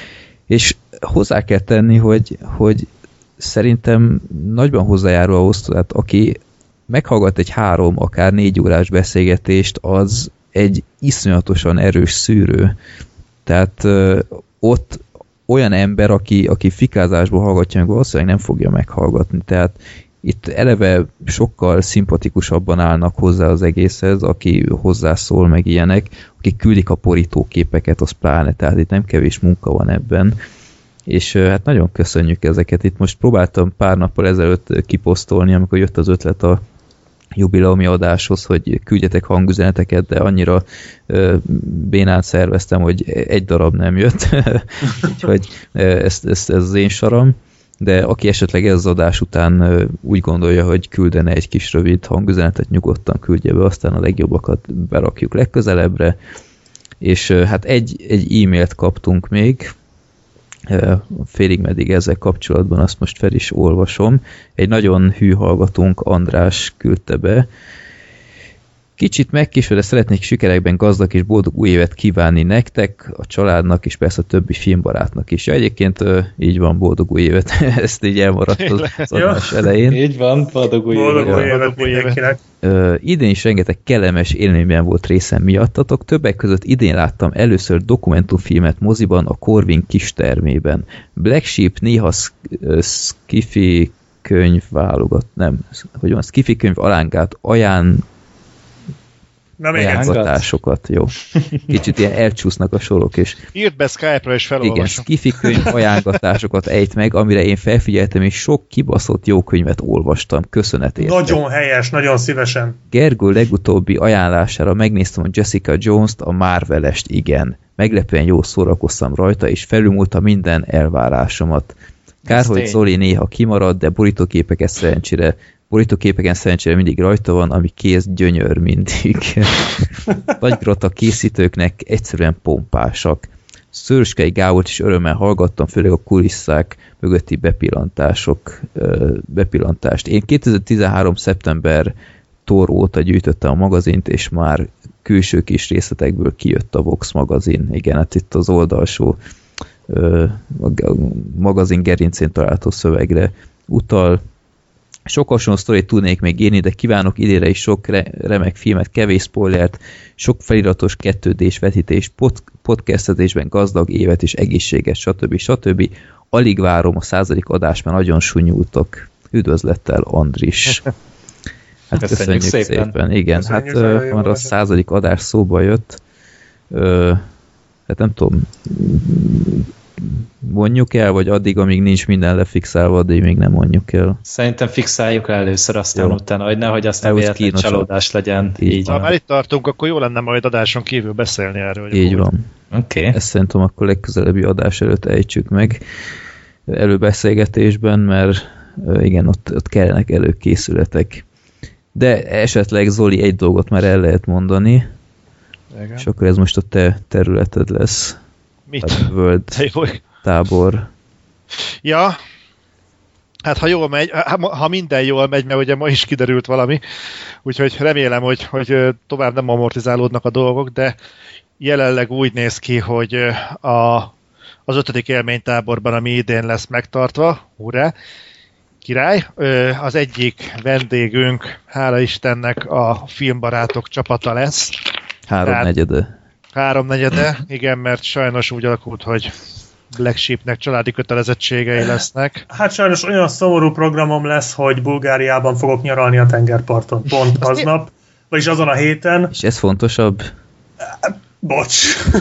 S4: És hozzá kell tenni, hogy, hogy szerintem nagyban hozzájárul ahhoz, tehát aki meghallgat egy három, akár négy órás beszélgetést, az egy iszonyatosan erős szűrő. Tehát ö, ott olyan ember, aki, aki fikázásból hallgatja meg, valószínűleg nem fogja meghallgatni. Tehát itt eleve sokkal szimpatikusabban állnak hozzá az egészhez, aki hozzászól meg ilyenek, akik küldik a borítóképeket, az pláne, tehát itt nem kevés munka van ebben. És ö, hát nagyon köszönjük ezeket. Itt most próbáltam pár nappal ezelőtt kiposztolni, amikor jött az ötlet a jubileumi adáshoz, hogy küldjetek hangüzeneteket, de annyira ö, bénán szerveztem, hogy egy darab nem jött. Úgyhogy ez, ez, ez az én saram. De aki esetleg ez az adás után ö, úgy gondolja, hogy küldene egy kis rövid hangüzenetet, nyugodtan küldje be, aztán a legjobbakat berakjuk legközelebbre. És ö, hát egy, egy e-mailt kaptunk még, félig meddig ezzel kapcsolatban, azt most fel is olvasom. Egy nagyon hű hallgatónk, András küldte be. Kicsit megkésve, de szeretnék sikerekben gazdag és boldog új évet kívánni nektek, a családnak és persze a többi filmbarátnak is. Ja, egyébként így van, boldog új évet. Ezt így elmaradt az, az adás elején.
S6: Így van, boldog új évet.
S2: Boldog új évet mindenkinek.
S4: Uh, idén is rengeteg kellemes élményben volt részem miattatok. Többek között idén láttam először dokumentumfilmet moziban a Corvin kistermében. Black Sheep néha skifi könyv válogat, nem, hogy van, skifi könyv alángát aján ajánlatásokat, jó. Kicsit ilyen elcsúsznak a sorok, és
S5: írt be Skype-ra, és felolvasom.
S4: Igen, skifi könyv ajánlatásokat ejt meg, amire én felfigyeltem, és sok kibaszott jó könyvet olvastam. Köszönet érte.
S2: Nagyon helyes, nagyon szívesen.
S4: Gergő legutóbbi ajánlására megnéztem a Jessica Jones-t, a Marvelest, igen. Meglepően jól szórakoztam rajta, és felülmúlta minden elvárásomat. Kár, hogy Zoli néha kimarad, de borítóképeket szerencsére borítóképeken szerencsére mindig rajta van, ami kész gyönyör mindig. Nagygrata készítőknek egyszerűen pompásak. Szőröskei Gábort is örömmel hallgattam, főleg a kulisszák mögötti bepillantások, bepillantást. Én kétezer-tizenhárom szeptember tor óta gyűjtöttem a magazint, és már külső kis részletekből kijött a Vox magazin. Igen, hát itt az oldalsó a magazin gerincén található szövegre utal. Sok hasonló sztorit tudnék még írni, de kívánok idére is sok re- remek filmet, kevés spoilert, sok feliratos kettődés, vetítés, pod- podcastezésben gazdag évet és egészséges, stb. stb. Alig várom a századik adást, mert nagyon sunyultok. Üdvözlettel, Andris. Hát köszönjük, köszönjük szépen. szépen. Igen, köszönjük, hát már a századik adás szóba jött. Ö, hát nem tudom, mondjuk el, vagy addig, amíg nincs minden lefixálva, addig még nem mondjuk el.
S6: Szerintem fixáljuk el először, aztán jó. Utána, hogy nehogy aztán véletlen csalódás legyen.
S5: Így így ha már itt tartunk, akkor jó lenne majd adáson kívül beszélni erről.
S4: Így úgy. Van.
S6: Okay.
S4: Ezt szerintem akkor legközelebbi adás előtt ejtsük meg előbeszélgetésben, mert igen, ott, ott kellenek előkészületek. De esetleg Zoli egy dolgot már el lehet mondani, igen. És akkor ez most a te területed lesz.
S5: Mit?
S4: A World tábor.
S5: Ja, Hát ha jól megy, ha minden jól megy, mert ugye ma is kiderült valami, úgyhogy remélem, hogy, hogy tovább nem amortizálódnak a dolgok, de jelenleg úgy néz ki, hogy a, az ötödik élménytáborban, ami idén lesz megtartva, hurrá, király, az egyik vendégünk, hála Istennek, a Filmbarátok csapata lesz.
S4: Háromnegyede.
S5: Háromnegyede, igen, mert sajnos úgy alakult, hogy Black Sheepnek családi kötelezettségei lesznek.
S2: Hát sajnos olyan szomorú programom lesz, hogy Bulgáriában fogok nyaralni a tengerparton. Pont aznap, vagyis azon a héten.
S4: És ez fontosabb?
S2: Bocs.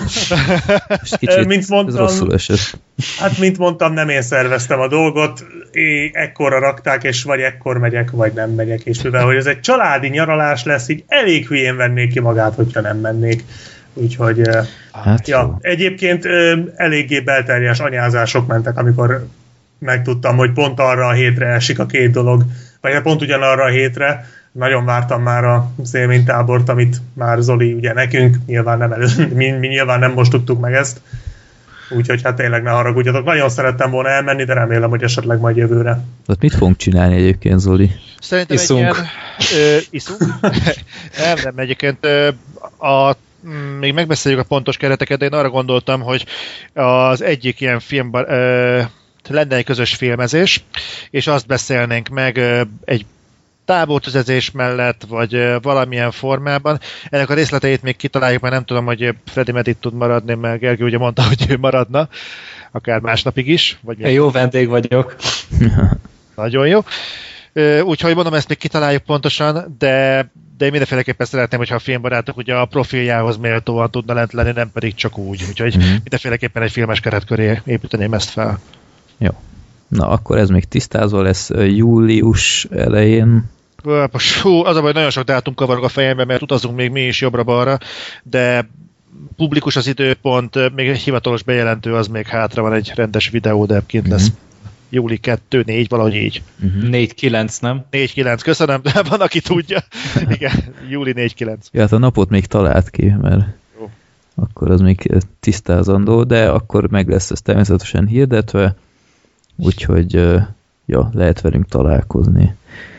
S4: Kicsit,
S2: mint mondtam,
S4: ez rosszul esett.
S2: Hát, mint mondtam, nem én szerveztem a dolgot, é, ekkorra rakták, és vagy ekkor megyek, vagy nem megyek, és mivel, hogy ez egy családi nyaralás lesz, így elég hülyén vennék ki magát, hogyha nem mennék. Úgyhogy, hát ja, jó. Egyébként eléggé belterjes anyázások mentek, amikor megtudtam, hogy pont arra a hétre esik a két dolog, vagy pont ugyanarra a hétre. Nagyon vártam már az élménytábort, amit már Zoli ugye nekünk, nyilván nem elő, mi, mi nyilván nem most tudtuk meg ezt, úgyhogy hát tényleg ne haragudjatok. Nagyon szerettem volna elmenni, de remélem, hogy esetleg majd jövőre.
S4: Hát mit fogunk csinálni egyébként, Zoli?
S5: Szerintem iszunk. Egy ilyen, ö, iszunk? nem, nem, egyébként ö, a még megbeszéljük a pontos kereteket, de én arra gondoltam, hogy az egyik ilyen filmbar, ö, lenne egy közös filmezés, és azt beszélnénk meg ö, egy tábortüzezés mellett, vagy ö, valamilyen formában. Ennek a részleteit még kitaláljuk, mert nem tudom, hogy Freddy meddig tud maradni, mert Gergő ugye mondta, hogy ő maradna, akár másnapig is. Vagy
S6: én jó vendég vagyok.
S5: Nagyon jó. Úgyhogy mondom, ezt még kitaláljuk pontosan, de de én mindenféleképpen szeretném, hogyha a Filmbarátok ugye a profiljához méltóan tudna lent lenni, nem pedig csak úgy. Úgyhogy mm-hmm. mindenféleképpen egy filmes keret köré építeném ezt fel.
S4: Jó. Na, akkor ez még tisztázva lesz július elején.
S5: Hú, az a baj, nagyon sok dátum kavarog a fejemben, mert utazunk még mi is jobbra-balra, de publikus az időpont, még egy hivatalos bejelentő, az még hátra van, egy rendes videó, de kint lesz. Mm-hmm. júli kettő, négy, valahogy így.
S6: Uh-huh. négy kilenc, nem?
S5: négy kilenc, köszönöm, de van, aki tudja. Igen, júli négy kilenc.
S4: Ja, hát a napot még talált ki, mert jó. Akkor az még tisztázandó, de akkor meg lesz ez természetesen hirdetve, úgyhogy ja, lehet velünk találkozni.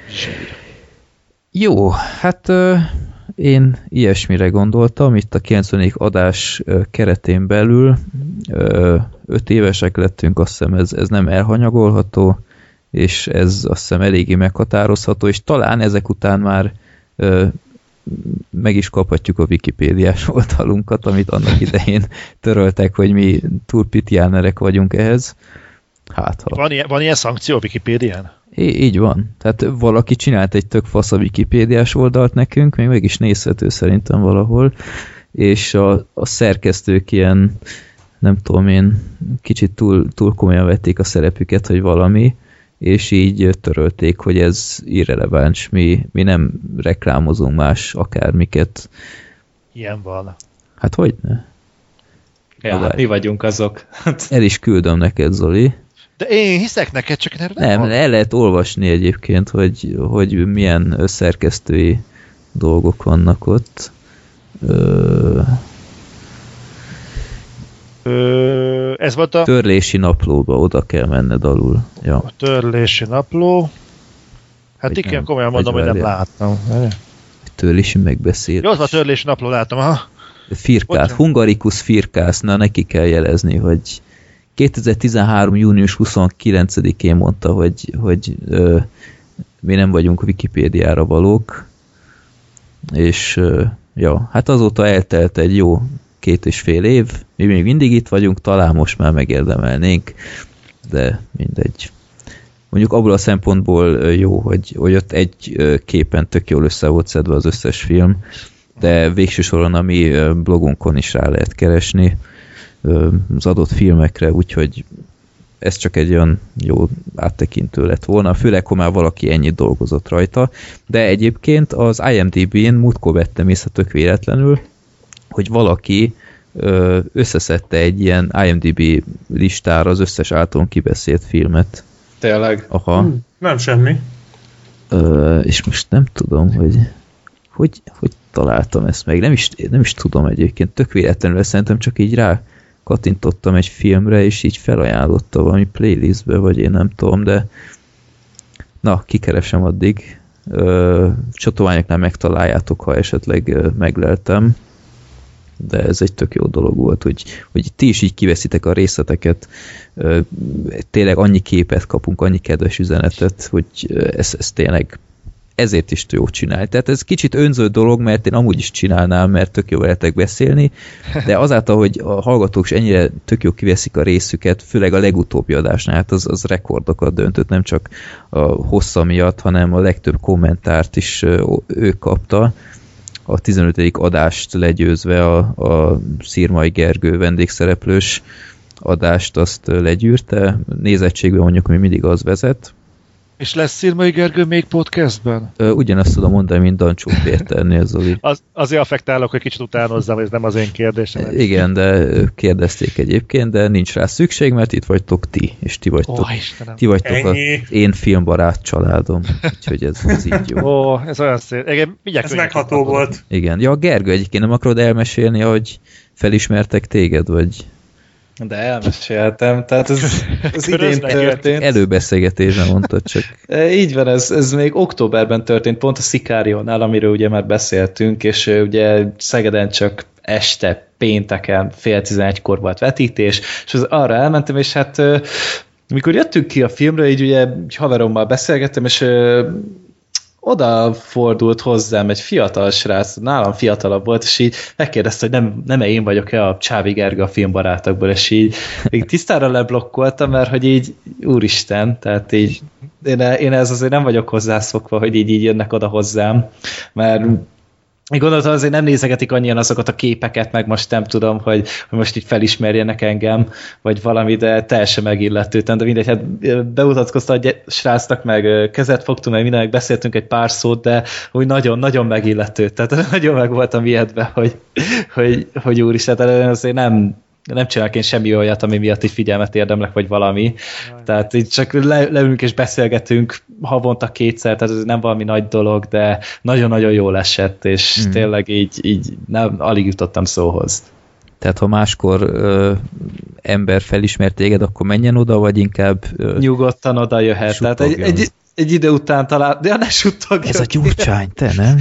S4: Jó, hát én ilyesmire gondoltam, itt a kilencvenedik adás keretén belül öt évesek lettünk, azt hiszem ez, ez nem elhanyagolható, és ez azt hiszem eléggé meghatározható, és talán ezek után már ö, meg is kaphatjuk a Wikipédiás oldalunkat, amit annak idején töröltek, hogy mi turpitiánerek vagyunk ehhez. Hát, ha...
S5: van, ilyen, van ilyen szankció a Wikipédián?
S4: Í- így van. Tehát valaki csinált egy tök fasz a Wikipédiás oldalt nekünk, még meg is nézhető szerintem valahol, és a, a szerkesztők ilyen, nem tudom én, kicsit túl, túl komolyan vették a szerepüket, hogy valami, és így törölték, hogy ez irreleváns, mi, mi nem reklámozunk más akármiket.
S5: Ilyen van.
S4: Hát hogyne?
S6: Ja, hát mi vagyunk azok.
S4: El is küldöm neked, Zoli.
S5: De én hiszek neked, csak erre
S4: nem, nem el lehet olvasni egyébként, hogy, hogy milyen szerkesztői dolgok vannak ott. Ö...
S5: Ö, ez volt a...
S4: Törlési naplóba oda kell menned alul. Ja.
S5: A törlési napló. Hát vagy igen, nem, komolyan mondom, hogy nem láttam.
S4: Törlési megbeszél.
S5: Jó, az a törlési napló látom, aha.
S4: Firkász, Hungaricus Firkász, na neki kell jelezni, hogy kétezer-tizenhárom. június huszonkilencedikén mondta, hogy, hogy ö, mi nem vagyunk Wikipédiára valók, és ö, ja, hát azóta eltelt egy jó két és fél év, mi még mindig itt vagyunk, talán most már megérdemelnénk, de mindegy. Mondjuk abból a szempontból jó, hogy, hogy ott egy képen tök jól össze volt szedve az összes film, de végső soron a mi blogunkon is rá lehet keresni az adott filmekre, úgyhogy ez csak egy olyan jó áttekintő lett volna, főleg, ha már valaki ennyit dolgozott rajta, de egyébként az I M D B-n múltkor vettem észre tök véletlenül, hogy valaki ö, összeszedte egy ilyen I M D B listára az összes általán kibeszélt filmet.
S6: Tényleg?
S4: Aha.
S2: Hmm, nem semmi.
S4: Ö, és most nem tudom, hogy hogy, hogy találtam ezt meg. Nem is, nem is tudom egyébként. Tök véletlenül szerintem csak így rá kattintottam egy filmre, és így felajánlotta valami playlistbe, vagy én nem tudom, de Na, kikeresem addig. Ö, csatornányoknál megtaláljátok, ha esetleg ö, megleltem. De ez egy tök jó dolog volt, hogy, hogy ti is így kiveszitek a részleteket, ö, tényleg annyi képet kapunk, annyi kedves üzenetet, hogy ez, ez tényleg ezért is jó csinálni. Tehát ez kicsit önző dolog, mert én amúgy is csinálnám, mert tök jó veletek beszélni, de azáltal, hogy a hallgatók is ennyire tök jó kiveszik a részüket, főleg a legutóbbi adásnál, hát az, az rekordokat döntött, nem csak a hossza miatt, hanem a legtöbb kommentárt is ő kapta. A tizenötödik adást legyőzve a, a Szirmai Gergő vendégszereplős adást azt legyűrte. Nézettségben mondjuk, hogy mindig az vezet.
S5: És lesz Szirmai Gergő még podcastben?
S4: Ö, ugyanazt tudom mondani, mint Dancsó Péternél, Zoli.
S5: Az, azért affektálok, hogy kicsit utánozzam, ez nem az én kérdésem.
S4: Igen, de kérdezték egyébként, de nincs rá szükség, mert itt vagytok ti, és ti vagytok,
S5: Ó,
S4: ti vagytok az én filmbarát családom, úgyhogy ez, ez így jó.
S5: Ó, ez olyan szép. Igen,
S2: ez megható volt.
S4: Igen, ja, Gergő, egyébként nem akarod elmesélni, hogy felismertek téged, vagy...
S6: De elmeséltem, tehát ez, ez idén történt.
S4: Előbeszélgetésben mondtad csak.
S6: Így van, ez, ez még októberben történt, pont a Sicariónál, amiről ugye már beszéltünk, és ugye Szegeden csak este, pénteken, fél tizenegykor volt vetítés, és az arra elmentem, és hát mikor jöttünk ki a filmről, így ugye egy haverommal beszélgettem, és oda fordult hozzám egy fiatal srác, nálam fiatalabb volt, és így megkérdezte, hogy nem, nem én vagyok-e a Csávi Gergő a filmbarátokból, és így még tisztára leblokkoltam, mert hogy így, úristen, tehát így én, én ez azért nem vagyok hozzászokva, hogy így, így jönnek oda hozzám, mert én gondoltam, azért nem nézegetik annyian azokat a képeket, meg most nem tudom, hogy, hogy most így felismerjenek engem, vagy valami, de teljesen megilletődtem, de mindegy, hát bemutatkozta a srácnak, meg kezet fogtunk, meg mindenek beszéltünk egy pár szót, de úgy nagyon-nagyon megilletőd, tehát nagyon meg voltam ijedve, hogy, hogy, hogy úristen, azért nem nem csinálok én semmi olyat, ami miatt így figyelmet érdemlek, vagy valami. Jaj. Tehát így csak le, leülünk és beszélgetünk havonta kétszer, tehát ez nem valami nagy dolog, de nagyon-nagyon jól esett, és mm. tényleg így, így nem, alig jutottam szóhoz.
S4: Tehát ha máskor ö, ember felismer téged, akkor menjen oda, vagy inkább... Ö,
S6: nyugodtan oda jöhet. Tehát egy, egy, egy idő után talán... De ne suttogjon!
S4: Ez a Gyurcsány, te nem?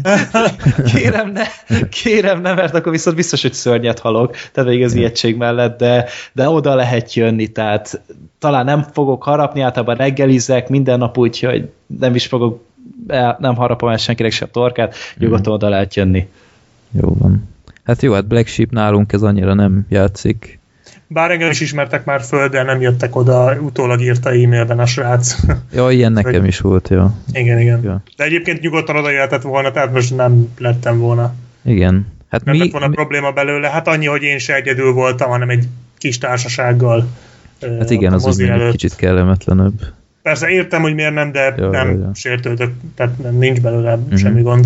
S6: Kérem ne, kérem ne, mert akkor viszont biztos, hogy szörnyet halok, tehát még az ijegység mellett, de, de oda lehet jönni, tehát talán nem fogok harapni, általában reggelizek minden nap úgy, hogy nem is fogok, nem harapom el senkinek se a torkát, nyugodtan oda lehet jönni.
S4: Jó van. Hát jó, hát Black Sheep nálunk ez annyira nem játszik.
S2: Bár engem is ismertek már föl, de nem jöttek oda, utólag írta e-mailben a srác.
S4: Ja, ilyen nekem is volt, jó.
S2: Igen, igen.
S4: Ja.
S2: De egyébként nyugodtan oda jöhetett volna, tehát most nem lettem volna.
S4: Igen. Hát
S2: nem
S4: mi,
S2: lett volna
S4: mi...
S2: probléma belőle, hát annyi, hogy én se egyedül voltam, hanem egy kis társasággal.
S4: Hát igen, az úgy egy kicsit kellemetlenebb.
S2: Persze értem, hogy miért nem, de
S4: ja,
S2: nem
S4: ja, ja.
S2: sértődök, tehát nem, nincs belőle uh-huh. semmi gond.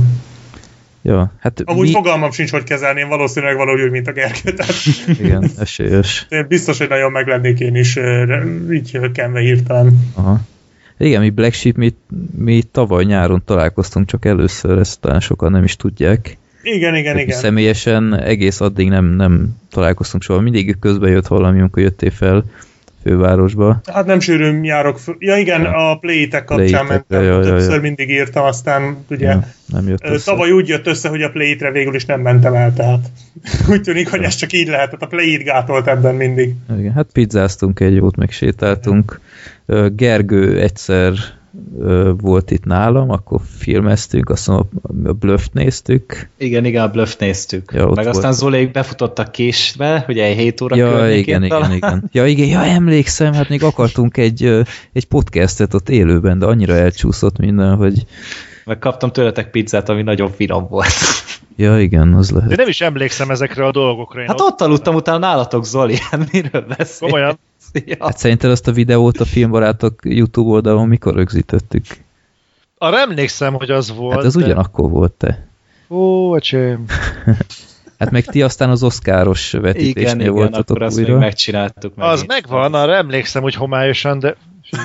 S4: Ja, hát
S2: amúgy
S4: mi...
S2: fogalmam sincs, hogy kezelném, valószínűleg valahogy úgy, mint a Gergő. Tehát...
S4: Igen, esélyes.
S2: Biztos, hogy nagyon meg lennék én is így kenve hirtelen.
S4: Aha. Igen, mi Black Sheep, mi, mi tavaly nyáron találkoztunk csak először, ezt talán sokan nem is tudják.
S2: Igen, igen, igen.
S4: Személyesen egész addig nem, nem találkoztunk soha. Mindig közben jött valami, amikor jöttél fel fővárosba.
S2: Hát nem sűrűn járok föl. Ja igen, ja. A Play-tek kapcsán mentem, ja, ja, többször ja. mindig írtam, aztán ugye ja,
S4: nem jött össze.
S2: Tavaly úgy jött össze, hogy a Play-tre végül is nem mentem el, tehát úgy tűnik, hogy ez csak így lehetett. A Play-t gátolt ebben mindig.
S4: Igen, hát pizzáztunk egy jót, meg sétáltunk. Gergő egyszer volt itt nálam, akkor filmeztünk, aztán a Bluff-t néztük.
S6: Igen, igen, a Bluff-t néztük.
S4: Ja,
S6: meg aztán volt. Zolék befutottak késve, ugye egy hét óra
S4: ja,
S6: környékén.
S4: Igen, igen, igen. Ja, igen, ja, emlékszem, hát még akartunk egy, egy podcastet ott élőben, de annyira elcsúszott minden, hogy...
S6: Meg kaptam tőletek pizzát, ami nagyon finom volt.
S4: Ja, igen, az lehet.
S5: De nem is emlékszem ezekre a dolgokra. Én
S6: hát ott, ott aludtam utána nálatok, Zoli, hát miről beszélsz?
S5: Komolyan?
S4: Ja. Hát szerinted azt a videót a Filmbarátok YouTube oldalon mikor rögzítettük?
S5: Arra emlékszem, hogy az volt.
S4: Hát az de... ugyanakkor volt, te.
S5: Ó, öcsém.
S4: Hát meg ti aztán az oszkáros vetítésnél
S6: igen,
S4: voltatok
S6: igen,
S4: újra.
S6: Igen, megcsináltuk. Meg
S5: az megvan, arra emlékszem, hogy homályosan, de...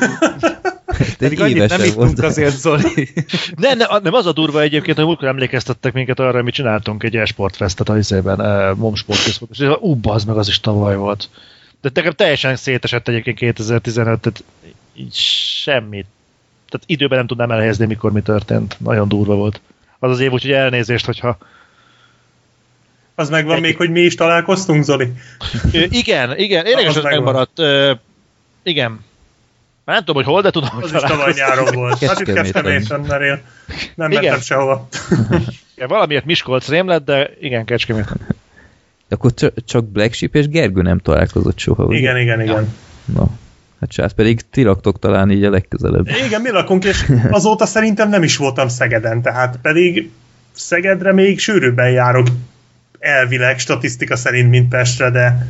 S6: Pedig annyit nem ittunk azért, Zoli.
S5: ne, ne, nem az a durva egyébként, hogy múltkor emlékeztettek minket arra, mi csináltunk egy e-sportfestet az izében, e, Momsport és ú, bazd meg, az is tavaly volt. De nekem teljesen szétesett egyébként kétezer-tizenöt, tehát így semmit. tehát időben nem tudnám elhelyezni, mikor mi történt. Nagyon durva volt. Az az év, úgyhogy elnézést, hogyha...
S2: Az megvan egy... még, hogy mi is találkoztunk, Zoli?
S5: Ö, igen, igen, érdekes, hogy megmaradt. Ö, igen. Már nem tudom, hogy hol, de tudom, hogy
S2: az is tavaly nyáron volt. Hát itt Kecskeméten, mert én nem igen. mentem sehova.
S5: Igen, valamiért Miskolc rém lett, de igen, Kecskeméten.
S4: Akkor csak Black Sheep és Gergő nem találkozott soha. Ugye?
S2: Igen, igen, igen.
S4: Na, hát srác, pedig ti laktok talán így a legközelebb.
S2: Igen, mi lakunk, és azóta szerintem nem is voltam Szegeden, tehát pedig Szegedre még sűrűbben járok elvileg, statisztika szerint, mint Pestre, de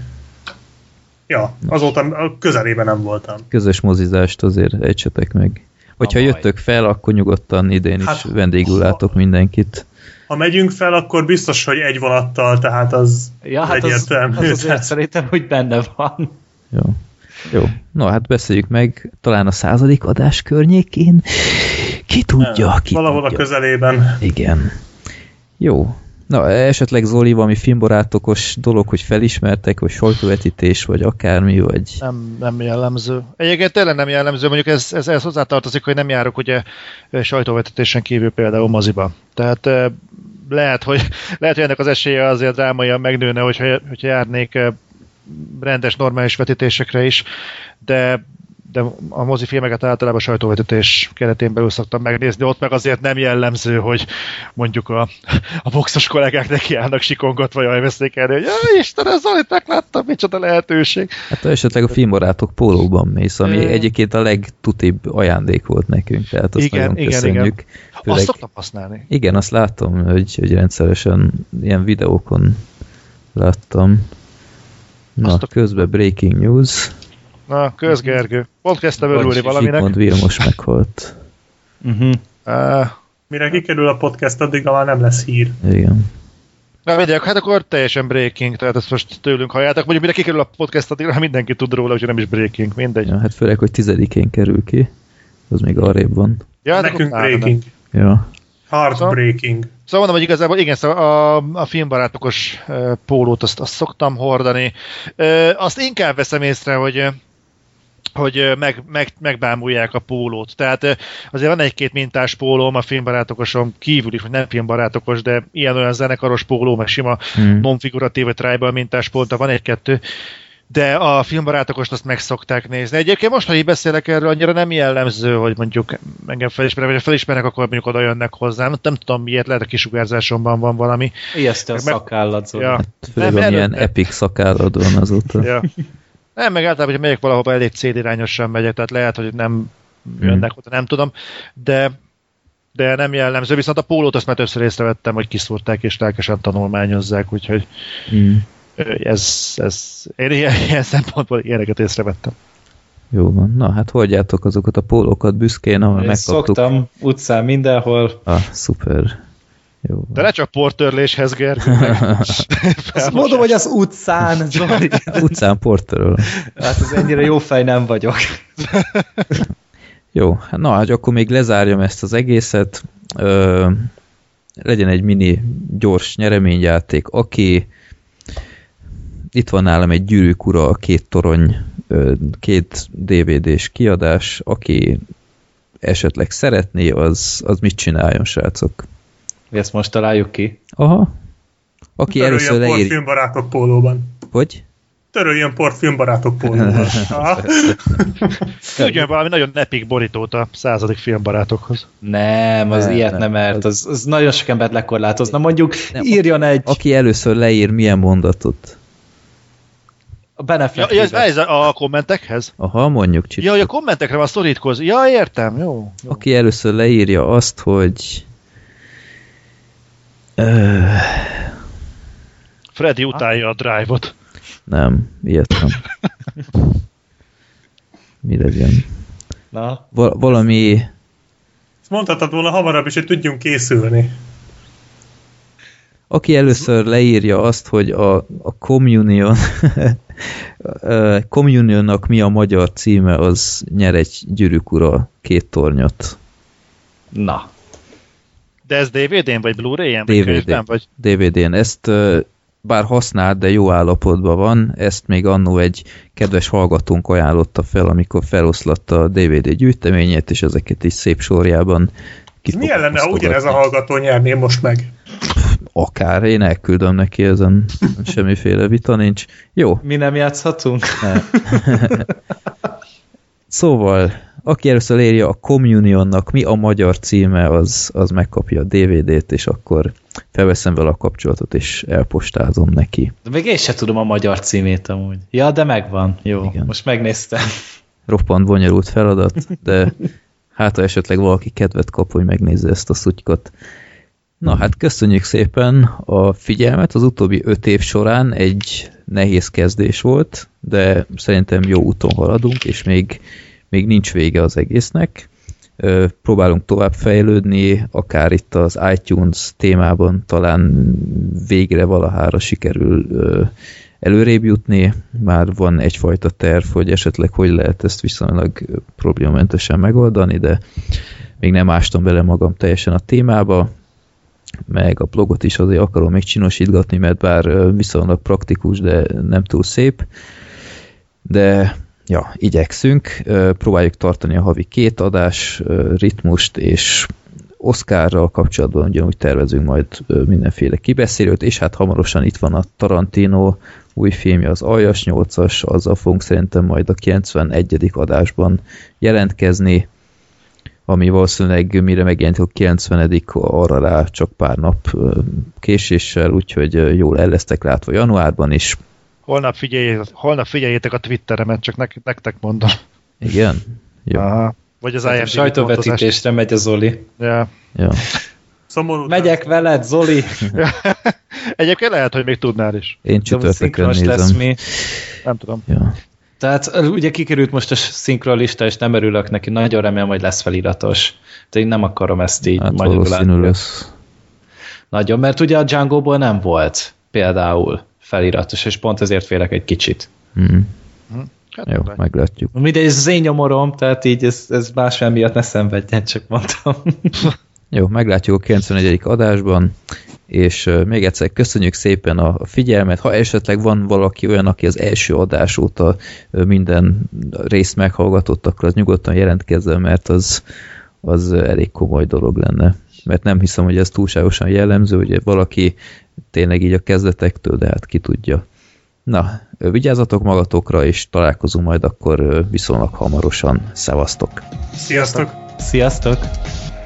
S2: ja, azóta a közelében nem voltam.
S4: Közös mozizást azért ejtsetek meg. Hogyha jöttök fel, akkor nyugodtan idén hát, is vendégül látok mindenkit.
S2: Ha megyünk fel, akkor biztos, hogy egy vonattal, tehát az
S6: ja, hát egyértelmű. Az, az azért szerintem, hogy benne van.
S4: Jó. Jó. No, hát beszéljük meg talán a századik adás környékén. Ki tudja,
S2: nem,
S4: ki
S2: valahol
S4: tudja.
S2: A közelében.
S4: Igen. Jó. Na, esetleg Zoli, valami filmbarátokos dolog, hogy felismertek, vagy sajtóvetítés, vagy akármi, vagy...
S5: Nem, nem jellemző. Egyébként tényleg nem jellemző, mondjuk ez, ez, ez hozzátartozik, hogy nem járok ugye sajtóvetítésen kívül például moziba. Tehát lehet, hogy, lehet, hogy ennek az esélye azért drámaian megnőne, hogyha, hogyha járnék rendes, normális vetítésekre is, de de a mozifilmeket általában sajtóvetítés keretén belül szoktam megnézni, ott meg azért nem jellemző, hogy mondjuk a, a boxos kollégák nekiállnak sikongatva jajveszékelni, hogy jaj, Istenem, Zolit megláttam, micsoda lehetőség.
S4: Hát esetleg a filmbarátok pólóban mész, ami e... egyébként a legtutibb ajándék volt nekünk, tehát azt igen, nagyon igen, köszönjük. Igen.
S5: Főleg... Azt szoktam használni.
S4: Igen, azt látom, hogy, hogy rendszeresen ilyen videókon láttam. Na, a... közben breaking news.
S5: Na, kösz Gergő. Pont kezdtem örülni valaminek.
S4: Zsigmond Vilmos meghalt.
S5: Uh-huh. Uh,
S2: Mire kikerül a podcast, addigra már nem lesz hír.
S4: Igen.
S5: Na, mindjárt, hát akkor teljesen breaking, tehát ezt most tőlünk halljátok. Mondjuk mire kikerül a podcast, addigra mindenki tud róla, hogy nem is breaking, mindegy.
S4: Ja, hát főleg, hogy tizedikén kerül ki. Az még arrébb van.
S2: Ja, nekünk breaking.
S4: Ja.
S2: Hard szóval, breaking.
S5: Szóval mondom, hogy igazából igen, szóval a, a filmbarátokos uh, pólót azt, azt szoktam hordani. Uh, azt inkább veszem észre, hogy hogy meg, meg, megbámulják a pólót. Tehát azért van egy-két mintás pólóm a filmbarátokoson kívül is, vagy nem filmbarátokos, de ilyen-olyan zenekaros póló, meg sima hmm. non-figuratív vagy tribal mintás pólta, van egy-kettő, de a filmbarátokost azt meg szokták nézni. Egyébként most, ha így beszélek erről, annyira nem jellemző, hogy mondjuk engem felismernek, vagy ha felismernek, akkor mondjuk oda jönnek hozzám. Nem tudom miért, lehet a kisugárzásomban van valami.
S6: Ijesztő a szakállat.
S5: Ja.
S4: Hát, főleg van ilyen epic szakállad van azóta. Ja.
S5: Nem, meg általában, hogyha megyek valahova, elég célirányosan megyek, tehát lehet, hogy nem jönnek hmm. oda, nem tudom, de, de nem jellemző. Viszont a pólót azt már többször észrevettem, hogy kiszúrták és lelkesen tanulmányozzák, úgyhogy hmm. ez, ez, én ilyen, ilyen szempontból ilyeneket észrevettem.
S4: Jó van. Na, hát hordjátok azokat a pólókat büszkén, ahol én megkaptuk.
S6: Szoktam utcán mindenhol.
S4: Ah, szuper. Jó.
S5: De ne csak portörléshez, Gergő.
S6: Azt mondom, hogy az utcán.
S4: Utcán portöröl.
S6: Hát ez ennyire jó fej nem vagyok.
S4: Jó, na hát akkor még lezárjam ezt az egészet. Ö, legyen egy mini gyors nyereményjáték. Aki itt van nálam egy Gyűrűk ura, a két torony, két dé vé dés kiadás. Aki esetleg szeretné, az, az mit csináljon, srácok?
S6: Ezt most találjuk ki.
S4: Aha. Aki
S2: Töröljön
S4: először leír...
S2: port filmbarátok pólóban.
S4: Hogy?
S2: Töröljön port filmbarátok pólóban.
S5: Tudjon valami nagyon epic borítót a századik filmbarátokhoz.
S6: Nem, az ne, ilyet nem, nem mert az, az nagyon sok embert lekorlátozna. Mondjuk nem, írjon egy...
S4: Aki először leír milyen mondatot.
S6: A benefit.
S5: Ja, ez, ez a kommentekhez?
S4: Aha, mondjuk csicsit.
S5: Ja, hogy a kommentekre van szorítkozni. Ja, értem, jó, jó.
S4: Aki először leírja azt, hogy Uh...
S5: Freddy utálja a Drive-ot.
S4: Nem, ilyet nem. Mi legyen?
S6: Na?
S4: Val- valami...
S2: Ezt mondhatod volna hamarabb is, hogy tudjunk készülni.
S4: Aki először leírja azt, hogy a, a Communion Communionnak mi a magyar címe, az nyer egy Gyűrűk ura két tornyot.
S6: Na.
S5: De ez dé vé dén, vagy Blu-ray-en, vagy könyvben, vagy?
S4: dé vé dén. Ezt uh, bár használt, de jó állapotban van. Ezt még annó egy kedves hallgatónk ajánlotta fel, amikor feloszlatta a dé vé dé gyűjteményét, és ezeket is szép sorjában
S2: ki fogom milyen lenne, ha ugyanez a hallgató nyerné most meg?
S4: Akár, én elküldöm neki, ezen semmiféle vita nincs. Jó.
S6: Mi nem játszhatunk?
S4: Ne. Szóval, aki először írja a Communionnak mi a magyar címe, az, az megkapja a dé vé dét, és akkor felveszem vele a kapcsolatot, és elpostázom neki.
S6: De még én sem tudom a magyar címét amúgy. Ja, de megvan. Jó, igen. Most megnéztem.
S4: Roppant bonyolult feladat, de hát ha esetleg valaki kedvet kap, hogy megnézze ezt a szutykot. Na hát köszönjük szépen a figyelmet, az utóbbi öt év során egy nehéz kezdés volt, de szerintem jó úton haladunk, és még, még nincs vége az egésznek. Próbálunk tovább fejlődni, akár itt az iTunes témában talán végre valahára sikerül előrébb jutni, már van egyfajta terv, hogy esetleg hogy lehet ezt viszonylag problémamentesen megoldani, de még nem ástam bele magam teljesen a témába, meg a blogot is azért akarom még csinosítgatni, mert bár viszonylag praktikus, de nem túl szép. De ja, igyekszünk, próbáljuk tartani a havi két adás ritmust, és Oscarral kapcsolatban ugyanúgy tervezünk majd mindenféle kibeszélőt, és hát hamarosan itt van a Tarantino új filmje, az Aljas nyolcas, azzal fogunk szerintem majd a kilencvenegyedik adásban jelentkezni, ami valószínűleg mire megjelent a kilencvenedik arra rá csak pár nap késéssel, úgyhogy jól el lesztek látva januárban is.
S5: Holnap figyeljétek, holnap figyeljétek a Twitteremet, csak nek, nektek mondom.
S4: Igen? Jó.
S5: Aha. Vagy az
S6: hát sajtóvetítésre megy a Zoli.
S5: Ja.
S4: Ja.
S6: Szomorú Megyek lesz. Veled, Zoli!
S5: Egyébként lehet, hogy még tudnál is.
S4: Én csütörtökön nézem. Lesz mi.
S5: Nem tudom.
S4: Ja.
S6: Tehát ugye kikerült most a szinkronlista, és nem örülök neki. Nagyon remélem, hogy lesz feliratos. De én nem akarom ezt így
S4: hát
S6: magyarul látni.
S4: Lesz.
S6: Nagyon, mert ugye a Django-ból nem volt például feliratos, és pont ezért félek egy kicsit.
S4: Mm.
S5: Hm. Hát
S4: jó, meglátjuk.
S6: Mindegy, ez az én nyomorom, tehát így ez, ez másfél miatt ne szenvedjen, csak mondtam.
S4: Jó, meglátjuk a kilencvenegyedik adásban, és uh, még egyszer köszönjük szépen a figyelmet. Ha esetleg van valaki olyan, aki az első adás óta uh, minden részt meghallgatott, akkor az nyugodtan jelentkezzen, mert az, az elég komoly dolog lenne. Mert nem hiszem, hogy ez túlságosan jellemző, hogy valaki tényleg így a kezdetektől, de hát ki tudja. Na, vigyázzatok magatokra, és találkozunk majd akkor viszonylag hamarosan. Szevasztok!
S2: Sziasztok!
S6: Sziasztok!